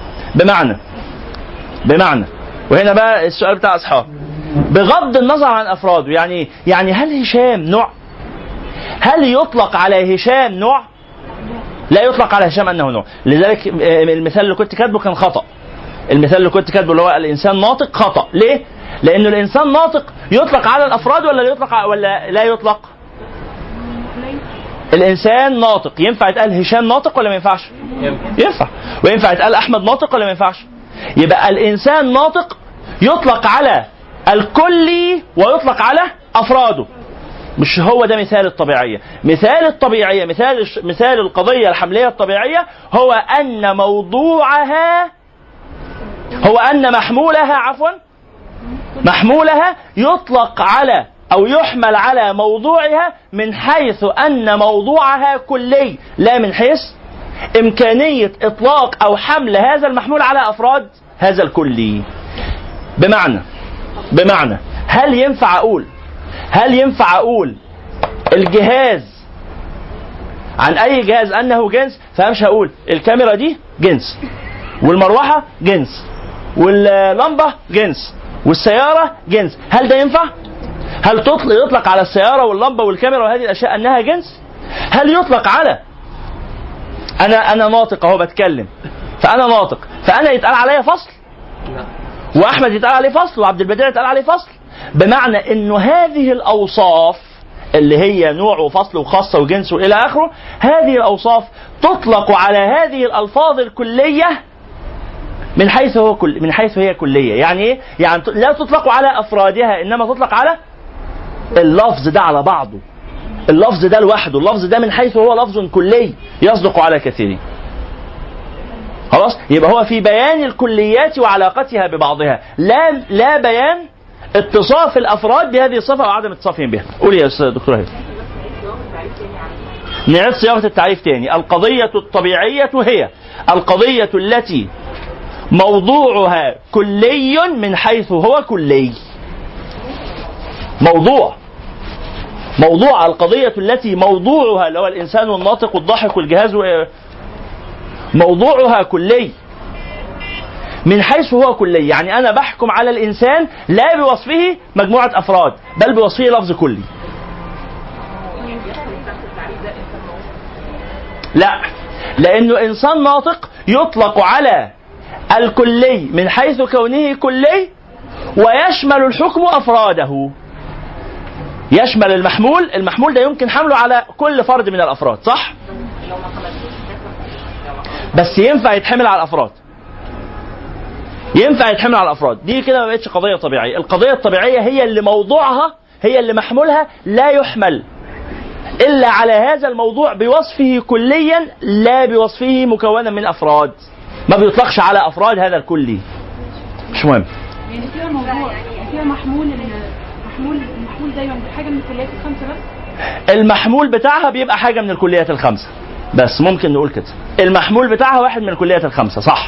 بمعنى وهنا بقى السؤال بتاع اصحاب، بغض النظر عن افراده. يعني هل هشام نوع؟ هل يطلق على هشام نوع؟ لا يطلق على هشام انه نوع. لذلك المثال اللي كنت كاتبه كان خطأ. المثال اللي كنت كاتبه اللي هو الانسان ناطق خطأ. ليه؟ لانه الانسان ناطق يطلق على الافراد ولا لا يطلق؟ الانسان ناطق ينفع يتقال هشام ناطق ولا ما ينفعش؟ ينفع. وينفع يتقال احمد ناطق ولا ما ينفعش؟ يبقى الانسان ناطق يطلق على الكلي ويطلق على افراده. مش هو ده مثال الطبيعية. مثال القضية الحملية الطبيعية هو أن محمولها يطلق على أو يحمل على موضوعها من حيث أن موضوعها كلي، لا من حيث إمكانية إطلاق أو حمل هذا المحمول على أفراد هذا الكلي. بمعنى هل ينفع أقول الجهاز عن اي جهاز انه جنس، فمش هقول الكاميرا دي جنس، والمروحه جنس، واللمبه جنس، والسياره جنس. هل ده ينفع؟ هل يطلق على السياره واللمبه والكاميرا وهذه الاشياء انها جنس؟ هل يطلق على انا ناطق اهو بتكلم، فانا ناطق، فانا يتقال عليا فصل، واحمد يتقال عليه فصل، وعبد البديع يتقال عليه فصل؟ بمعنى انه هذه الاوصاف اللي هي نوع وفصل وخاصه وجنس والى اخره، هذه الاوصاف تطلق على هذه الالفاظ الكليه من حيث هي كليه. يعني ايه؟ يعني لا تطلق على افرادها، انما تطلق على اللفظ ده على بعضه، اللفظ ده لوحده، اللفظ ده من حيث هو لفظ كلي يصدق على كثيرين. خلاص؟ يبقى هو في بيان الكليات وعلاقتها ببعضها، لا بيان اتصاف الافراد بهذه الصفه وعدم اتصافهم بها. قولي يا استاذ دكتور هيثم. نعيد صياغه التعريف تاني. القضيه الطبيعيه هي القضيه التي موضوعها كلي من حيث هو كلي. موضوع القضية التي موضوعها اللي هو الإنسان والناطق والضاحك والجهاز موضوعها كلي من حيث هو كلي. يعني أنا بحكم على الإنسان لا بوصفه مجموعة أفراد، بل بوصفه لفظ كلي. لا، لأنه إنسان ناطق يطلق على الكلي من حيث كونه كلي، ويشمل الحكم أفراده. يشمل المحمول ده يمكن حمله على كل فرد من الأفراد، صح؟ بس ينفع يتحمل على الأفراد، ينفع يتحمل على الأفراد. دي كده ما بقتش قضية طبيعية. القضية الطبيعية هي اللي موضوعها، هي اللي محمولها لا يحمل إلا على هذا الموضوع بوصفه كليا، لا بوصفه مكونا من أفراد. ما بيطلقش على أفراد هذا الكلي، مش مهم. يعني فيها موضوع، فيها محمول دايما بحاجة من الكليات الخمسة بس. المحمول بتاعها بيبقى حاجة من الكليات الخمسة بس، ممكن نقول كده. المحمول بتاعها واحد من الكليات الخمسة، صح؟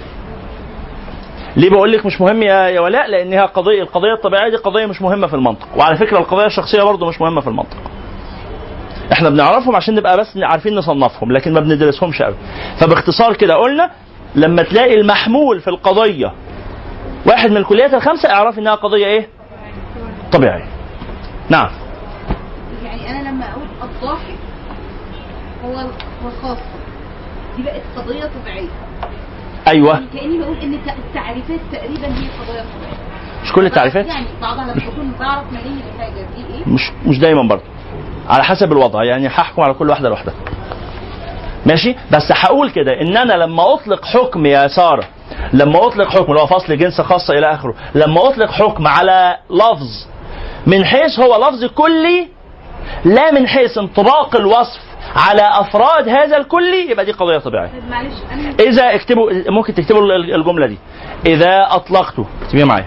ليه بقول لك مش مهم يا ولاء؟ لأنها القضية الطبيعية دي قضية مش مهمة في المنطق، وعلى فكرة القضية الشخصية برضو مش مهمة في المنطق. احنا بنعرفهم عشان نبقى بس عارفين نصنفهم، لكن ما بندرسهمش قوي. فباختصار كده قلنا لما تلاقي المحمول في القضية واحد من الكليات الخمسة، اعرف انها قضية ايه؟ طبيعية. نعم. يعني انا لما اقول الضاحك هو خاص، دي بقت قضية طبيعية. ايوه. يعني كأني بقول ان التعريفات تقريبا هي قضايا طبيعية. مش كل التعريفات. يعني بعضها لما بكون بعرف منين الحاجة دي ايه. مش دايما برضه. على حسب الوضع، يعني هحكم على كل واحدة لوحدها. ماشي؟ بس هقول كده ان انا لما اطلق حكم يا سارة، لما اطلق حكم اللي هو فصل جنس خاصة الى اخره، لما اطلق حكم على لفظ من حيث هو لفظ كلي لا من حيث انطباق الوصف على افراد هذا الكلي، يبقى دي قضية طبيعية. معلش اذا ممكن تكتبوا الجملة دي. اذا اطلقت، اكتبيها معايا.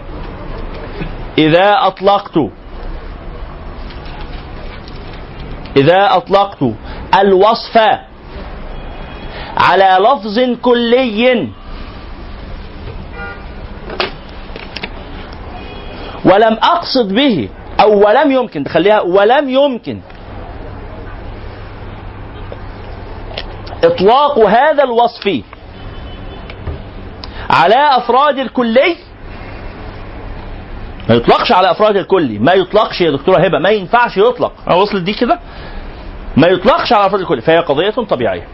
اذا اطلقت الوصف على لفظ كلي ولم اقصد به، او ولم يمكن، تخليها ولم يمكن اطلاق هذا الوصف على افراد الكلي، ما يطلقش على افراد الكلي، ما يطلقش يا دكتوره هبه، ما ينفعش يطلق. انا وصلت دي كده؟ ما يطلقش على افراد الكلي، فهي قضيه طبيعيه.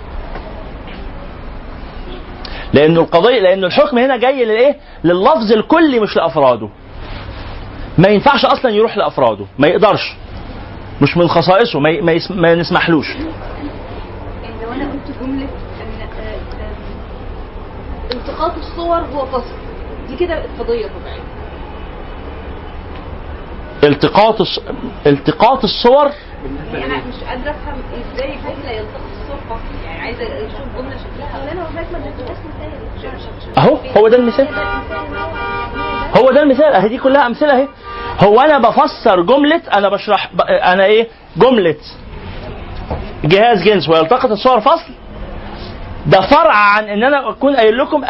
لأن الحكم هنا جاي للايه؟ لللفظ الكلي مش لافراده. ما ينفعش اصلا يروح لافراده، ما يقدرش، مش من خصائصه، ما نسمحلوش. يعني لو انا قلت جمله التقاط الصور هو فصل، دي كده قضيه طبيعيه. التقاط الصور، يعني انا مش قادره افهم ازاي فصل يلتقط الصور فصل، يعني عايزه اشوف جمله شكلها. انا وفاك ما اديتهاش مثال اهو هو ده المثال، هو ده المثال اهي، دي كلها امثله اهي. هو انا بفسر جمله، انا بشرح انا ايه جمله جهاز جنس ويلتقط الصور فصل، ده فرع عن ان انا اكون قايل لكم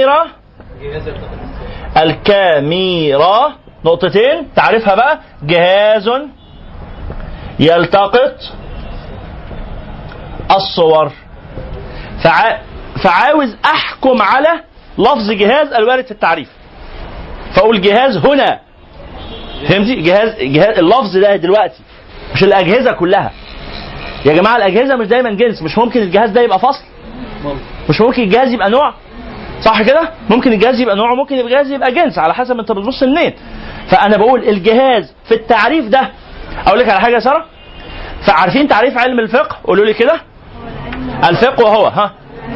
الكاميرا نقطتين تعرفها بقى، جهاز يلتقط الصور. فعاوز احكم على لفظ جهاز الوارد في التعريف، فاقول جهاز هنا. فهمتي؟ جهاز اللفظ ده دلوقتي مش الاجهزه كلها يا جماعه. الاجهزه مش دايما جنس. مش ممكن الجهاز ده يبقى فصل، مش ممكن الجهاز يبقى نوع، صح كده؟ ممكن الجهاز يبقى نوع وممكن الجهاز يبقى جنس، على حسب انت بتبص منين. فانا بقول الجهاز في التعريف ده. اقول لك على حاجه يا ساره، فعارفين تعريف علم الفقه؟ قولوا لي كده. الفقه هو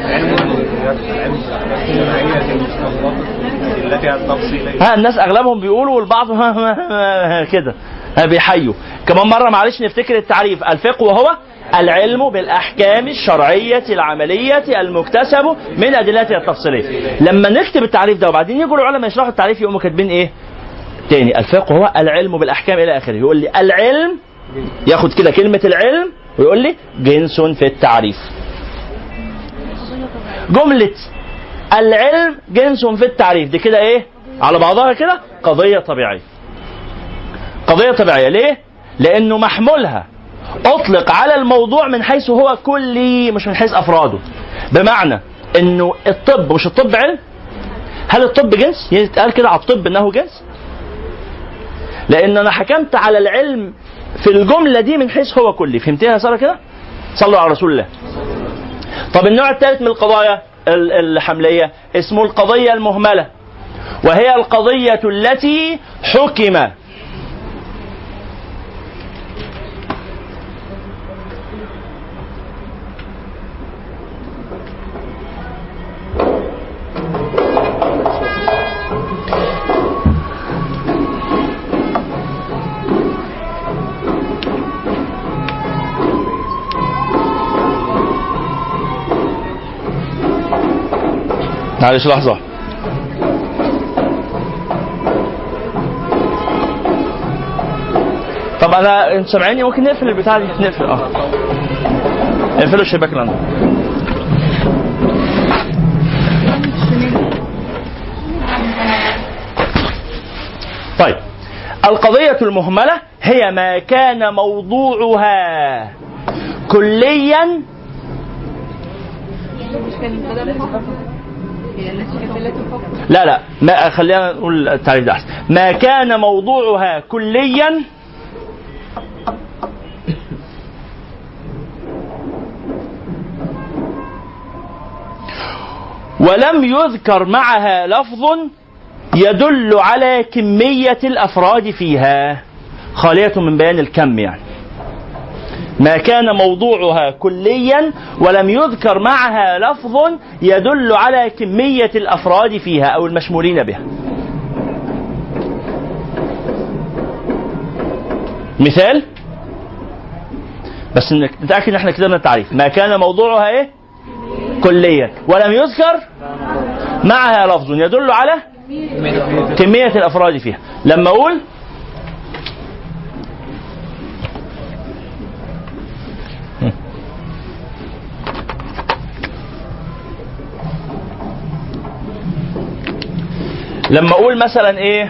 الناس اغلبهم بيقولوا والبعض كده بيحيوا. كمان مره معلش نفتكر التعريف. الفقه هو العلم بالاحكام الشرعيه العمليه المكتسب من ادلتها التفصيليه. لما نكتب التعريف ده وبعدين يجوا العلماء يشرحوا التعريف يقوموا كاتبين ايه تاني؟ الفقه هو العلم بالاحكام الى اخره. يقول لي العلم، ياخد كده كلمه العلم ويقول لي جنس في التعريف. جمله العلم جنس في التعريف دي كده ايه على بعضها كده؟ قضيه طبيعيه. قضيه طبيعيه ليه؟ لانه محمولها اطلق على الموضوع من حيث هو كلي مش من حيث افراده. بمعنى انه الطب، مش الطب علم؟ هل الطب جنس؟ يتقال كده على الطب انه جنس؟ لان انا حكمت على العلم في الجمله دي من حيث هو كلي. فهمتيها يا ساره كده؟ صلوا على رسول الله. طب النوع الثالث من القضايا الحمليه اسمه القضيه المهمله، وهي القضيه التي حكم معلش لحظة. طب انا انت سامعيني؟ ممكن نقفل البتاع دي؟ نقفل اقفلوا الشباك اللي عندنا. طيب القضية المهملة هي ما كان موضوعها كليا لا ما خلينا نقول التعريف ده احسن. ما كان موضوعها كليا ولم يذكر معها لفظ يدل على كمية الأفراد فيها، خالية من بيان الكم. يعني ما كان موضوعها كليا ولم يذكر معها لفظ يدل على كمية الأفراد فيها أو المشمولين بها. مثال بس نتأكد ان احنا كتبنا التعريف. ما كان موضوعها ايه؟ كليا ولم يذكر معها لفظ يدل على كمية الأفراد فيها. لما أقول مثلا ايه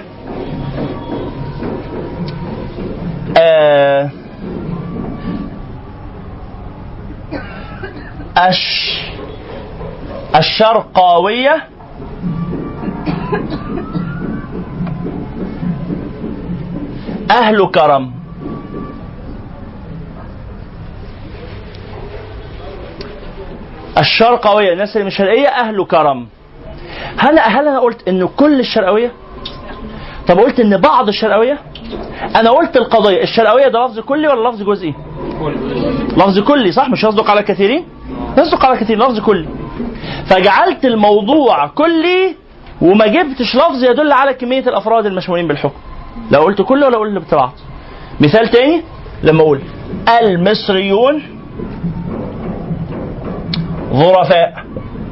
الشرقاوية أهل كرم. الشرقاوية الناس اللي مش شرقية أهل كرم. هل أنا قلت إنه كل الشرقاوية؟ طب قلت إن بعض الشرقاوية؟ أنا قلت القضية الشرقاوية ده لفظ كلي ولا لفظ جزئي؟ لفظ كلي صح؟ مش يصدق على كثيرين؟ يصدق على كثير، لفظ كلي. فجعلت الموضوع كلي وما جبتش لفظ يدل على كمية الأفراد المشمولين بالحكم. لا قلت كله ولا قلت بتبعض. مثال تاني لما أقول المصريون ظرفاء.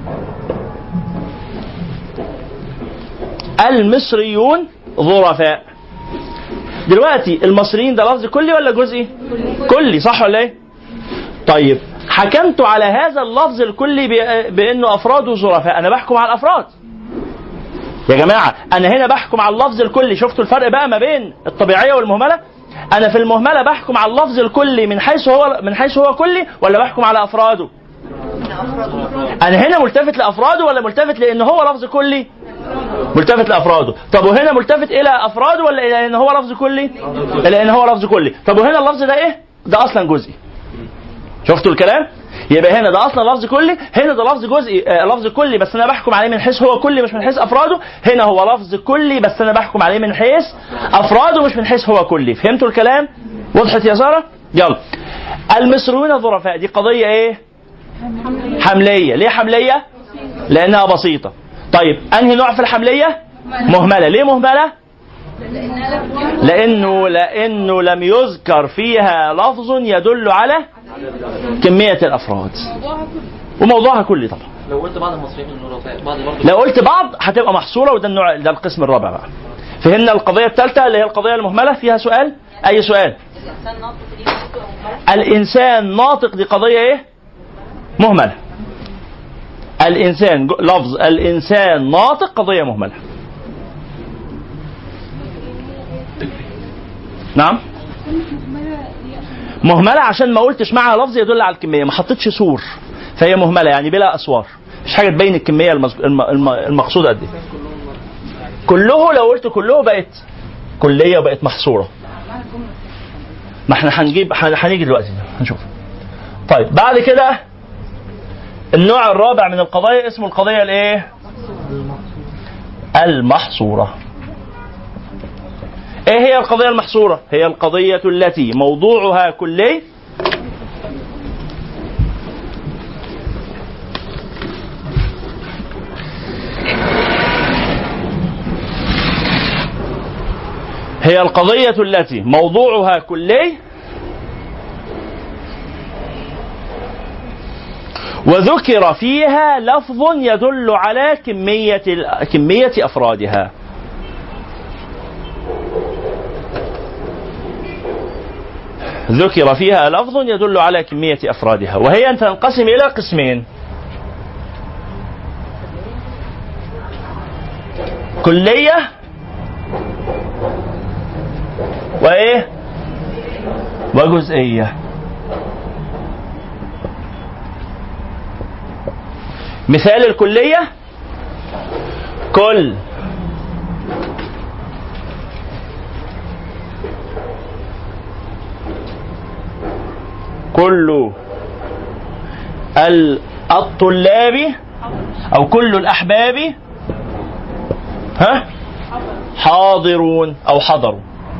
المصريون ظرفاء. دلوقتي المصريين ده لفظ كلي ولا جزئي؟ كلي صح ولا ايه؟ طيب حكمت على هذا اللفظ الكلي بانه افراده ظرفاء. انا بحكم على الافراد يا جماعه. انا هنا بحكم على اللفظ الكلي. شفتوا الفرق بقى ما بين الطبيعيه والمهمله؟ انا في المهمله بحكم على اللفظ الكلي من حيث هو كلي، ولا بحكم على افراده؟ انا هنا ملتفت لافراده ولا ملتفت لان هو لفظ كلي؟ ملتفت لافراده. طب وهنا ملتفت الى افراده ولا الى ان هو لفظ كلي؟ الى ان هو لفظ كلي. طب وهنا اللفظ ده ايه؟ ده اصلا جزئي. شفتوا الكلام؟ يبقى هنا ده اصلا لفظ كلي، هنا ده لفظ جزئي، لفظ كلي بس انا بحكم عليه من حيث هو كلي مش من حيث افراده. هنا هو لفظ كلي بس انا بحكم عليه من حيث افراده مش من حيث هو كلي. فهمتوا الكلام؟ وضحت يا ساره؟ يلا. المصريون ظرفاء دي قضيه ايه؟ حمليه. ليه حمليه؟ لانها بسيطه. طيب انهي نوع في الحمليه؟ مهمله. ليه مهمله؟ لانه لم يذكر فيها لفظ يدل على كميه الافراد وموضوعها كلي. طبعا لو قلت بعض المصريين الظرفاء بعض برضه، لو قلت بعض هتبقى محصوره، وده النوع، ده القسم الرابع بقى. فهمنا القضيه الثالثه اللي هي القضيه المهمله. فيها سؤال؟ اي سؤال؟ الانسان ناطق دي قضيه ايه؟ مهمله. الانسان لفظ الانسان ناطق قضيه مهمله. نعم مهمله عشان ما قلتش معها لفظ يدل على الكميه، ما حطيتش سور، فهي مهمله يعني بلا اسوار، مش حاجه تبين الكميه المقصوده قد ايه. كله لو قلت كله بقت كليه وبقت محصوره. ما احنا هنيجي دلوقتي هنشوف. طيب بعد كده النوع الرابع من القضايا اسمه القضيه الايه؟ المحصوره. ايه هي القضيه المحصوره؟ هي القضيه التي موضوعها كلي وذكر فيها لفظ يدل على كمية أفرادها. ذكر فيها لفظ يدل على كمية أفرادها، وهي أن تنقسم إلى قسمين: كلية وإيه؟ وجزئية. مثال الكلية: كل الطلاب أو كل الأحباب حاضرون أو حضروا.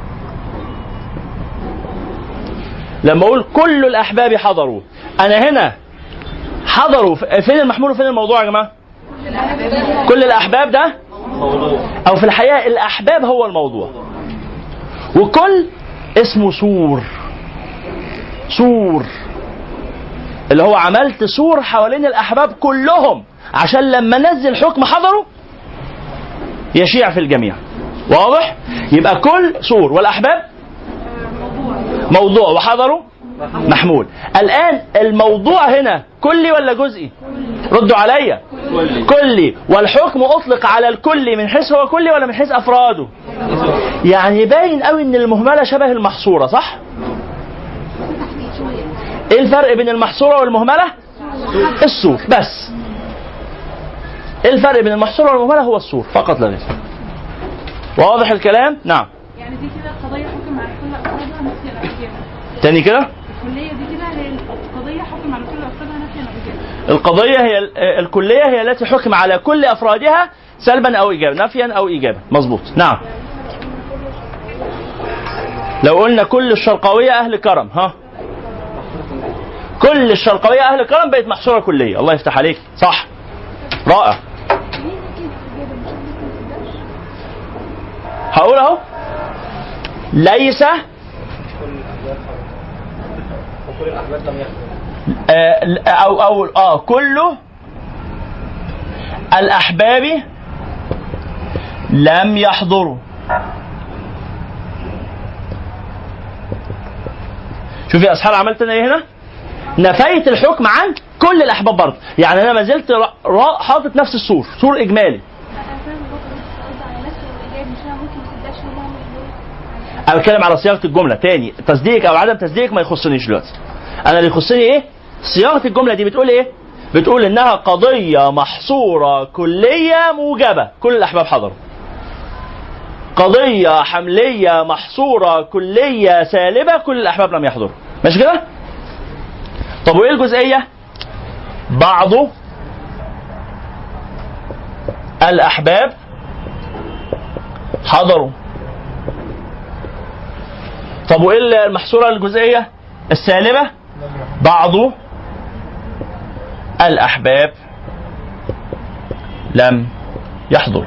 لما أقول كل الأحباب حضروا، أنا هنا حضروا فين المحمول وفين الموضوع يا جماعة؟ كل الأحباب ده أو في الحقيقة الأحباب هو الموضوع، وكل اسمه سور اللي هو عملت سور حوالين الأحباب كلهم عشان لما نزل حكم حضروا يشيع في الجميع. واضح؟ يبقى كل سور والأحباب موضوع وحضروا محمول. الآن الموضوع هنا كلي ولا جزئي؟ ردوا عليا. كلي. والحكم أطلق على الكل من حيث هو كلي ولا من حيث أفراده؟ يعني باين قوي إن المهملة شبه المحصورة، صح؟ ايه الفرق بين المحصورة والمهملة؟ السور بس. ايه الفرق بين المحصورة والمهملة؟ هو السور فقط لا غير. واضح الكلام؟ نعم. يعني دي كده قضية حكم على كل أفرادها نفي الأحكام. تاني كده؟ الكلية دي كده هي القضية حكم على كل أفرادها نفي الأحكام. القضية هي الكلية هي التي حكم على كل أفرادها سلبا أو إيجابا، نفيا أو إيجابا. مظبوط. نعم. لو قلنا كل الشرقاوية أهل كرم، كل الشرقاوية أهل كرم بقت محصورة كلية. الله يفتح عليك، صح، رائع. هقول اهو: ليس كل الأحباب لم يحضروا. شوف يا أصحاب عملت أنا إيه هنا؟ نفيت الحكم عن كل الأحباب برضه، يعني أنا ما زلت حاطط نفس السور، سور إجمالي. انا بتكلم على صياغه الجمله تاني، تصديق او عدم تصديق ما يخصنيش دلوقتي. انا اللي يخصني ايه؟ صياغه الجمله دي بتقول ايه؟ بتقول انها قضيه محصوره كليه موجبه، كل الاحباب حضروا. قضيه حمليه محصوره كليه سالبه، كل الاحباب لم يحضروا. ماشي كده؟ طب وايه الجزئيه؟ بعض الاحباب حضروا. طب وايه المحصوره الجزئيه السالبه؟ بعض الاحباب لم يحضر.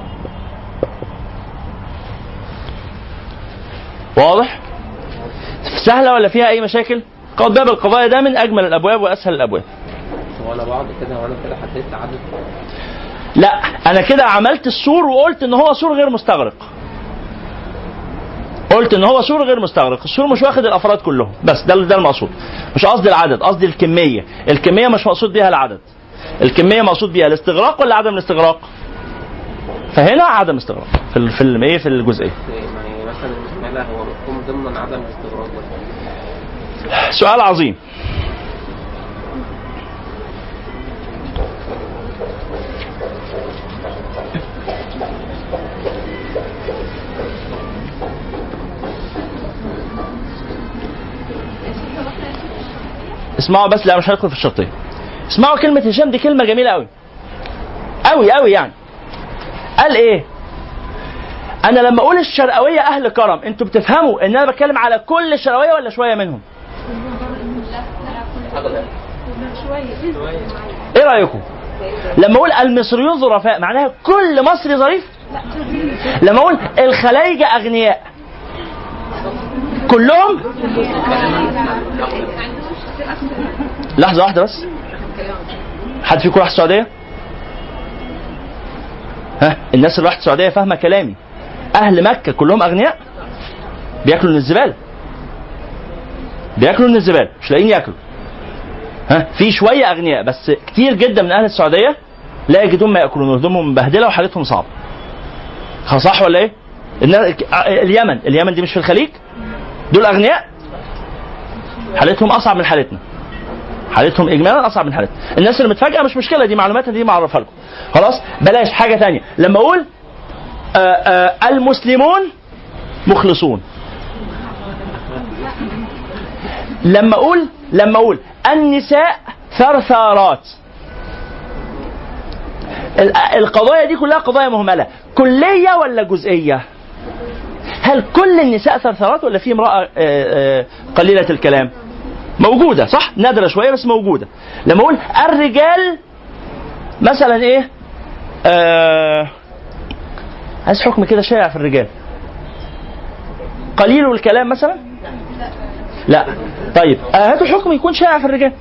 واضح؟ سهله ولا فيها اي مشاكل؟ باب القضايا ده من اجمل الابواب واسهل الابواب. ولا بعض كده وانا كده حددت عدد؟ لا، انا كده عملت السور وقلت ان هو سور غير مستغرق. قلت ان هو سور غير مستغرق، السور مش واخد الافراد كلهم، بس ده المقصود. مش قصدي العدد، قصدي الكميه. الكميه مش مقصود بيها العدد، الكميه مقصود بيها الاستغراق ولا عدم الاستغراق. فهنا عدم استغراق في الجزئيه. يعني مثلا المحمله هو مفهوم ضمن عدم الاستغراق. سؤال عظيم. اسمعوا بس، لا مش هندخل في الشرطيه. اسمعوا كلمه هشام دي، كلمه جميله قوي قوي قوي. يعني قال ايه؟ انا لما اقول الشرقويه اهل كرم، انتوا بتفهموا ان انا بتكلم على كل الشرقويه ولا شويه منهم؟ ايه رايكم؟ لما اقول المصريون ظرفاء معناها كل مصري ظريف؟ لما اقول الخلايجه اغنياء كلهم؟ لحظه واحده بس، حد فيكم راح السعوديه؟ ها، الناس اللي راحت السعوديه فاهمه كلامي. اهل مكه كلهم اغنياء؟ بياكلوا من الزباله، بياكلوا من الزباله، مش لاقيين ياكلوا. ها، في شويه اغنياء، بس كتير جدا من اهل السعوديه لا يجدون ما ياكلون، هدومهم مبهدله وحالتهم صعبه. صح ولا ايه؟ اليمن دي مش في الخليج؟ دول اغنياء حالتهم اصعب من حالتنا، حالتهم اجمالا اصعب من حالتنا. الناس اللي متفاجئه مش مشكله، دي معلومات دي معرفها لكم خلاص. بلاش حاجه ثانيه. لما اقول المسلمون مخلصون، لما اقول النساء ثرثارات، القضايا دي كلها قضايا مهمله، كليه ولا جزئيه؟ هل كل النساء ثرثارات ولا في امراه قليله الكلام؟ موجوده صح، نادره شويه بس موجوده. لما اقول الرجال مثلا ايه، عايز حكم كده شائع في الرجال، قليل الكلام مثلا؟ لا. طيب هاتوا حكم يكون شائع في الرجال.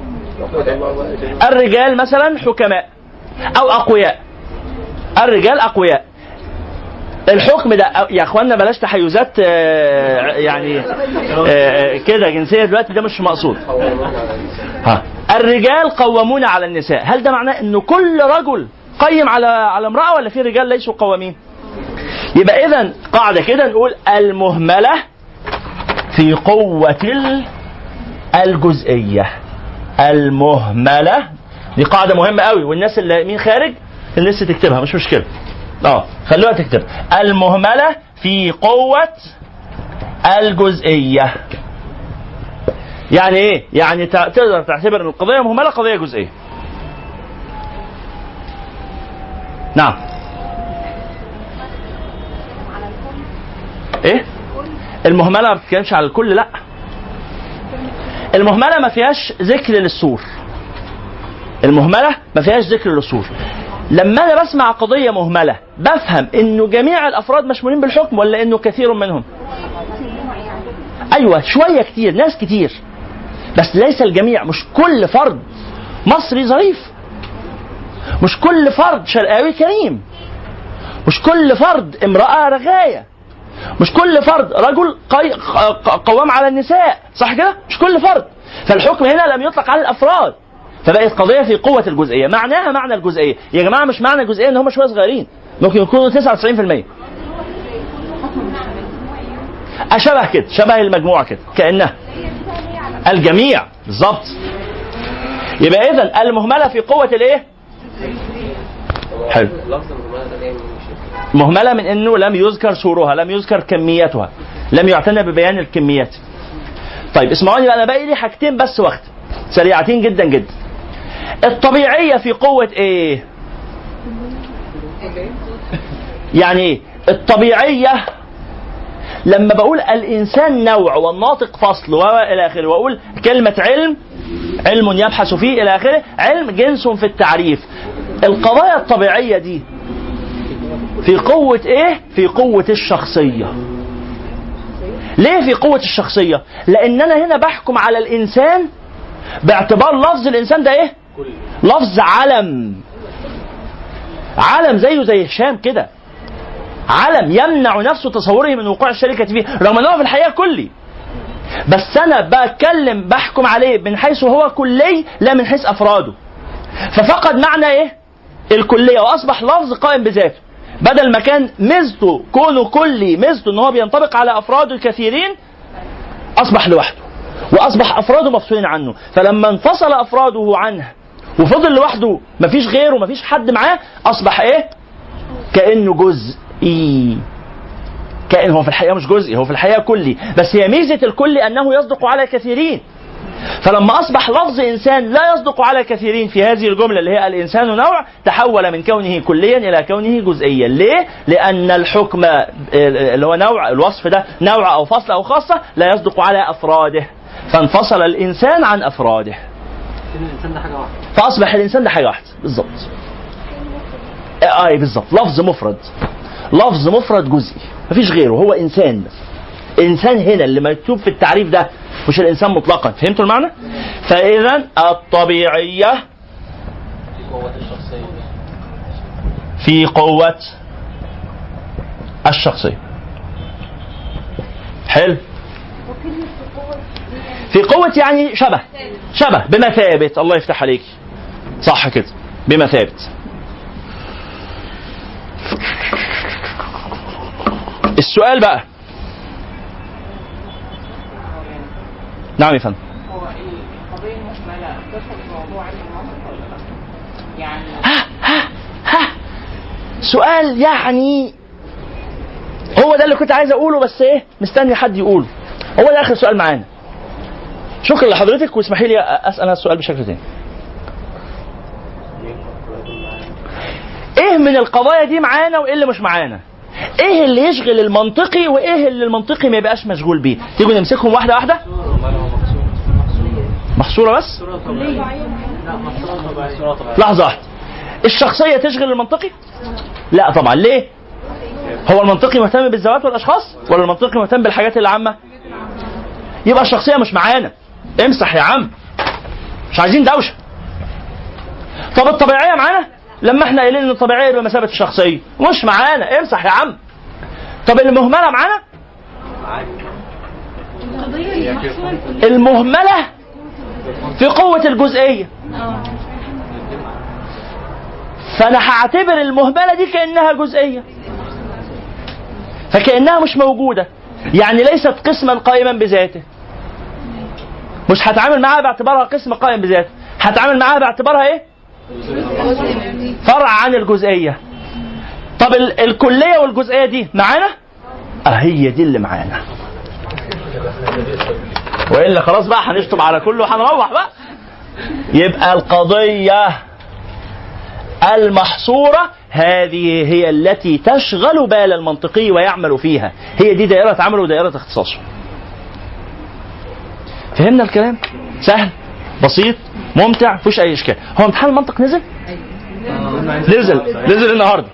الرجال مثلا حكماء او اقوياء، الرجال اقوياء. الحكم ده يا اخوانا بلاش تحيزات يعني كده جنسيه دلوقتي، ده مش مقصود. الرجال قوامون على النساء، هل ده معناه انه كل رجل قيم على امراه ولا في رجال ليسوا قوامين؟ يبقى اذا قاعده كده نقول المهمله في قوه الجزئيه. المهمله دي قاعده مهمه قوي، والناس اللي مين خارج لسه تكتبها مش مشكله، خلوها تكتب. المهمله في قوه الجزئيه يعني ايه؟ يعني تقدر تعتبر ان القضيه مهمله قضيه جزئيه. نعم. ايه؟ المهمله ما بتتكلمش على الكل، لا. المهمله ما فيهاش ذكر للسور، المهمله ما فيهاش ذكر للسور. لما انا بسمع قضيه مهمله بفهم انه جميع الافراد مشمولين بالحكم ولا انه كثير منهم؟ ايوه شويه كتير، ناس كتير، بس ليس الجميع. مش كل فرد مصري ظريف، مش كل فرد شرقاوي كريم، مش كل فرد امراه رغايه، مش كل فرد رجل قوام على النساء، صح كده؟ مش كل فرد. فالحكم هنا لم يطلق على الافراد، فبقت قضيه في قوه الجزئيه. معناها معنى الجزئيه يا جماعه، مش معنى الجزئيه ان هم شويه صغيرين، ممكن يكونوا 99%. اشبه كده، شبه المجموعه كده كانها الجميع بالظبط. يبقى اذا المهمله في قوه الايه؟ حلو. مهمله من انه لم يذكر سورها، لم يذكر كمياتها، لم يعتنى ببيان الكميات. طيب اسمعوني بقى، انا باقي لي حاجتين بس وقت سريعتين جدا جدا. الطبيعيه في قوه ايه؟ يعني ايه الطبيعيه؟ لما بقول الانسان نوع والناطق فصل والى اخره، واقول كلمه علم يبحث فيه الى اخره، علم جنس في التعريف. القضايا الطبيعيه دي في قوه ايه؟ في قوه الشخصيه. ليه في قوه الشخصيه؟ لان انا هنا بحكم على الانسان باعتبار لفظ الانسان ده ايه؟ لفظ علم. علم زيه زي هشام كده، علم يمنع نفسه تصوره من وقوع الشركة فيه، رغم انه في الحقيقة كلي، بس انا بتكلم بحكم عليه من حيث هو كلي لا من حيث افراده، ففقد معنى ايه؟ الكلية، واصبح لفظ قائم بذاته. بدل ما كان ميزته كونه كلي، ميزته ان هو بينطبق على افراد الكثيرين، اصبح لوحده، واصبح افراده مفصولين عنه. فلما انفصل افراده عنه وفضل لوحده، مفيش غيره، مفيش حد معاه، اصبح ايه؟ كأنه جزئي. كائن هو في الحقيقة مش جزئي، هو في الحقيقة كلي، بس هي ميزة الكلي أنه يصدق على كثيرين. فلما أصبح لفظ إنسان لا يصدق على كثيرين في هذه الجملة اللي هي الإنسان نوع، تحول من كونه كليا إلى كونه جزئيا. ليه؟ لأن الحكم اللي هو نوع، الوصف ده نوع أو فصل أو خاصة، لا يصدق على أفراده، فانفصل الإنسان عن أفراده، الانسان ده حاجه واحده، فأصبح الإنسان ده حاجة واحدة بالظبط. بالظبط، لفظ مفرد، لفظ مفرد جزئي، مفيش غيره، هو انسان بس. انسان هنا اللي مكتوب في التعريف ده مش الانسان مطلقا. فهمتوا المعنى؟ فاذا الطبيعيه في قوه الشخصيه. حلو. في قوه يعني شبه بمثابه. الله يفتح عليك، صح كده، بمثابه. السؤال بقى، نعم يا فندم، هو القضية المحملة تدخل في موضوع علم المنطق ولا لا؟ يعني سؤال يعني هو ده اللي كنت عايز اقوله، بس ايه، مستني حد يقوله. هو ده اخر سؤال معانا. شكرا لحضرتك، واسمحي لي اسال السؤال بشكل تاني. ايه من القضايا دي معانا وايه اللي مش معانا؟ ايه اللي يشغل المنطقي وايه اللي المنطقي ما يبقاش مشغول بيه؟ تيجوا نمسكهم واحده واحده. محصوره بس؟ لحظه واحده. الشخصيه تشغل المنطقي؟ لا طبعا. ليه؟ هو المنطقي مهتم بالذوات والاشخاص ولا المنطقي مهتم بالحاجات العامه؟ يبقى الشخصيه مش معانا. امسح يا عم، مش عايزين دوشه. طب الطبيعيه معانا؟ لما احنا قايلين ان الطبيعيه بمثابه الشخصيه، مش معانا. امسح يا عم. طب المهمله معانا؟ المهمله في قوه الجزئيه، فانا هعتبر المهمله دي كانها جزئيه، فكانها مش موجوده، يعني ليست قسما قائما بذاته. مش هتعامل معاها باعتبارها قسم قائم بذاته، هتعامل معاها باعتبارها ايه؟ فرع عن الجزئيه. طب الكليه والجزئيه دي معانا؟ هي دي اللي معانا، والا خلاص بقى هنشطب على كله وهنروح بقى. يبقى القضيه المحصوره هذه هي التي تشغل بال المنطقي ويعمل فيها، هي دي دائره عمله ودائره اختصاصه. فهمنا الكلام؟ سهل بسيط ممتع، مفيش اي اشكال. هو امتحان المنطق نزل النهارده،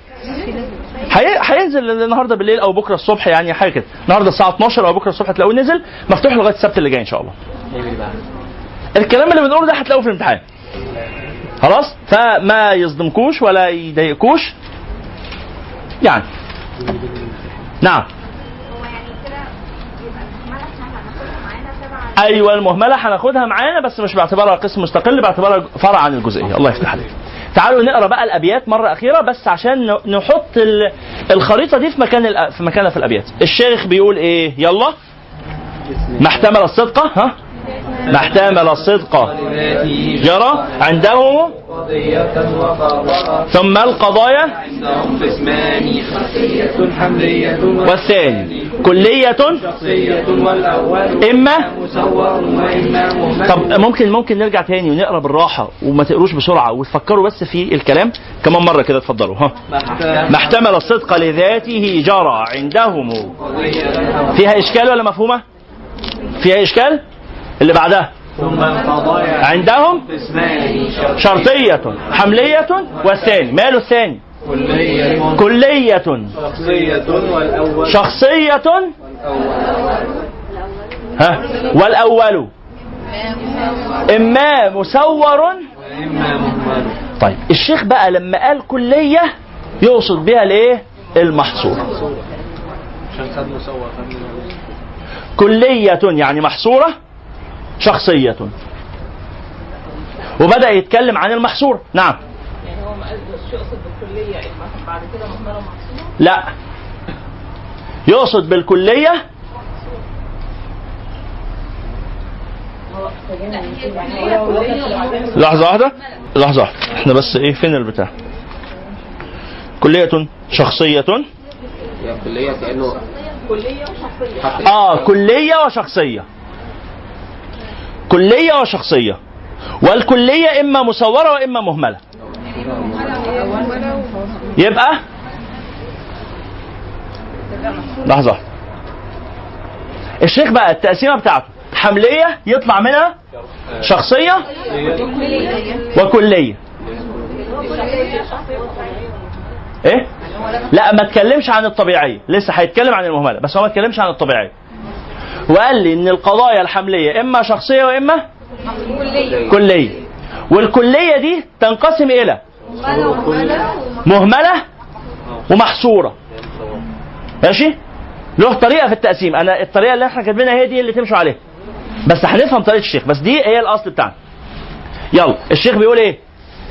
هينزل النهارده بالليل او بكره الصبح، يعني حاجه كده. النهارده الساعه 12 او بكره الصبح هتلاقوه نزل، مفتوح لغايه السبت اللي جاي ان شاء الله. الكلام اللي بنقوله ده هتلاقوه في الامتحان، خلاص؟ فما يصدمكوش ولا يضايقكوش يعني. نعم. ايوه المهمله هناخدها معانا، بس مش باعتبارها قسم مستقل، باعتبارها فرع عن الجزئيه. الله يفتح عليك. تعالوا نقرا بقى الابيات مره اخيره بس عشان نحط الخريطه دي في مكانها في الابيات. الشيخ بيقول ايه؟ يلا. ما احتمل الصدق، ها؟ ما احتمل الصدق جرى عنده، ثم القضايا عندهم قسمان خفية حملية والثاني كلية شخصية والأول إما مصور وإما مهمل. طب ممكن نرجع تاني ونقرا بالراحة وما تقروش بسرعة وتفكروا بس في الكلام كمان مرة كده. اتفضلوا. ها. ما احتمل الصدق لذاته جرى عندهم. فيها إشكال ولا مفهومة؟ فيها إشكال؟ اللي بعدها ثم القضايا عندهم قسمان شرطية حملية والثاني. ماله الثاني؟ كلية شخصية والأول شخصية ها والأول إما مسور وإما مهمل. طيب الشيخ بقى لما قال كلية يقصد بها الايه؟ المحصور. عشان خد مصور كلية يعني محصورة شخصية، وبدأ يتكلم عن المحصور. نعم. يعني هو ما قصدش يقصد بالكليه مثلا بعد كده مهمله ومحصوره؟ لا، يقصد بالكلية لحظة واحدة احنا بس ايه فين البتاع؟ كلية شخصية كلية كأنه كليه وشخصيه. كلية وشخصية. كلية وشخصية، والكلية إما مصورة وإما مهملة. يبقى لحظة، الشيخ بقى التقسيمة بتاعته حملية يطلع منها شخصية وكلية. ايه؟ لا ما اتكلمش عن الطبيعية، لسه هيتكلم عن المهملة، بس هو ما اتكلمش عن الطبيعية. وقال لي ان القضايا الحملية اما شخصية واما كلية، والكلية دي تنقسم الى مهملة ومحصورة. ماشي؟ له طريقة في التقسيم، انا الطريقة اللي احنا كاتبينها هي دي اللي تمشوا عليها، بس هنفهم طريقة الشيخ، بس دي هي الاصل بتاعنا. يلا الشيخ بيقول ايه؟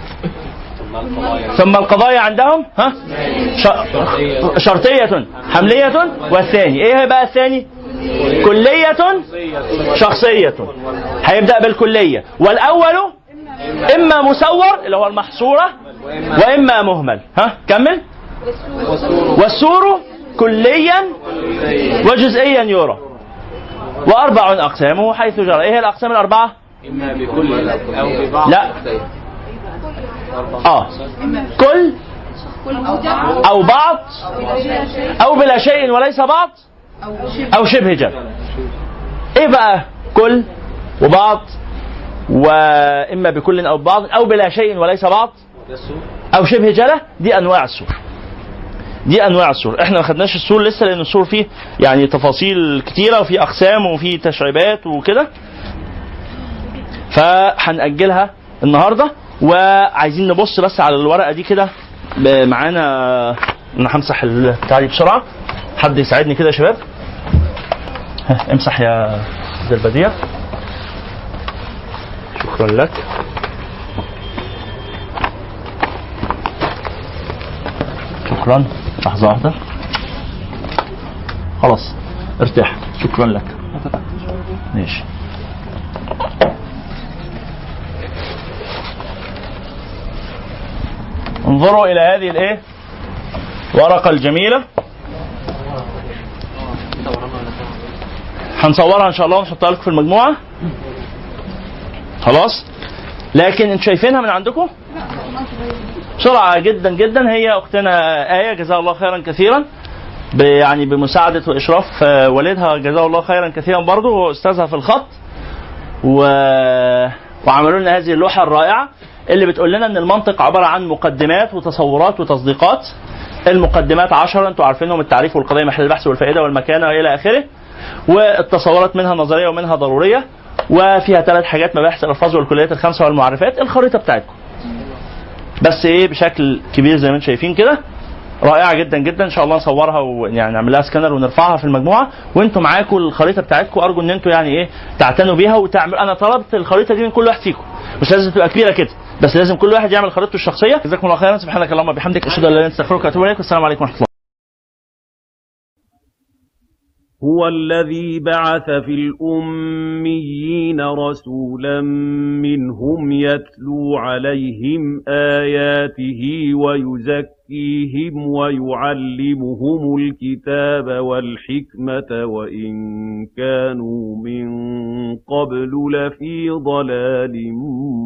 ثم القضايا عندهم ها شرطية حملية والثاني. ايه بقى الثاني؟ كلية شخصية. هيبدأ بالكلية، والأول إما مسور اللي هو المحصورة وإما مهمل. ها كمل. والسور كليا وجزئيا يرى، وأربع أقسامه حيث جرى. ايه الأقسام الأربعة؟ إما بكل أو ببعض. لا كل أو بعض أو بلا شيء وليس بعض أو شبه جل. إيه بقى كل وبعض وإما بكل أو بعض أو بلا شيء وليس بعض أو شبه جلة؟ دي أنواع السور. دي أنواع السور. إحنا ما خدناش السور لسه، لأن السور فيه يعني تفاصيل كتيرة وفيه أقسام وفيه تشعيبات وكده، فهنأجلها النهاردة. وعايزين نبص بس على الورقة دي كده معانا. أنا همسح البتاع دي بسرعة، حد يساعدني كده يا شباب. امسح يا ذا البديع. شكرا لك. شكرا. لحظة واحدة. خلاص ارتاح. شكرا لك. ماشي. انظروا إلى هذه الايه ورقة الجميلة. هنصورها ان شاء الله ونحطها لكم في المجموعة. خلاص، لكن انتوا شايفينها من عندكم بسرعة جدا جدا. هي اختنا آية جزاها الله خيرا كثيرا، يعني بمساعدة وإشراف والدها جزاه الله خيرا كثيرا برضه، هو أستاذها في الخط، وعملوا لنا هذه اللوحة الرائعة اللي بتقول لنا ان المنطق عبارة عن مقدمات وتصورات وتصديقات. المقدمات 10، انتوا عارفينهم، التعريف والقضية محل البحث والفائدة والمكانة والى اخره. والتصورات منها نظرية ومنها ضرورية، وفيها 3 حاجات: مباحث الألفاظ والكليات ال5 والمعرفات. الخريطة بتاعتكم بس ايه بشكل كبير زي ما انتم شايفين كده، رائعة جدا جدا. ان شاء الله نصورها ويعني نعمل لها سكانر ونرفعها في المجموعة، وانتم معاكم الخريطة بتاعتكم. ارجو ان انتم يعني ايه تعتنوا بيها وتعملوا. انا طلبت الخريطة دي من كل واحد فيكم، مش لازم تبقى كبيرة كده، بس لازم كل واحد يعمل خريطته الشخصيه. جزاكم الله خيرا، سبحانك اللهم وبحمدك، اشهد ان لا اله الا انت استغفرك واتوب اليك، والسلام عليكم ورحمه الله. هو الذي بعث في الأميين رسولا منهم يتلو عليهم آياته ويزكيهم ويعلمهم الكتاب والحكمة وإن كانوا من قبل لفي ضلال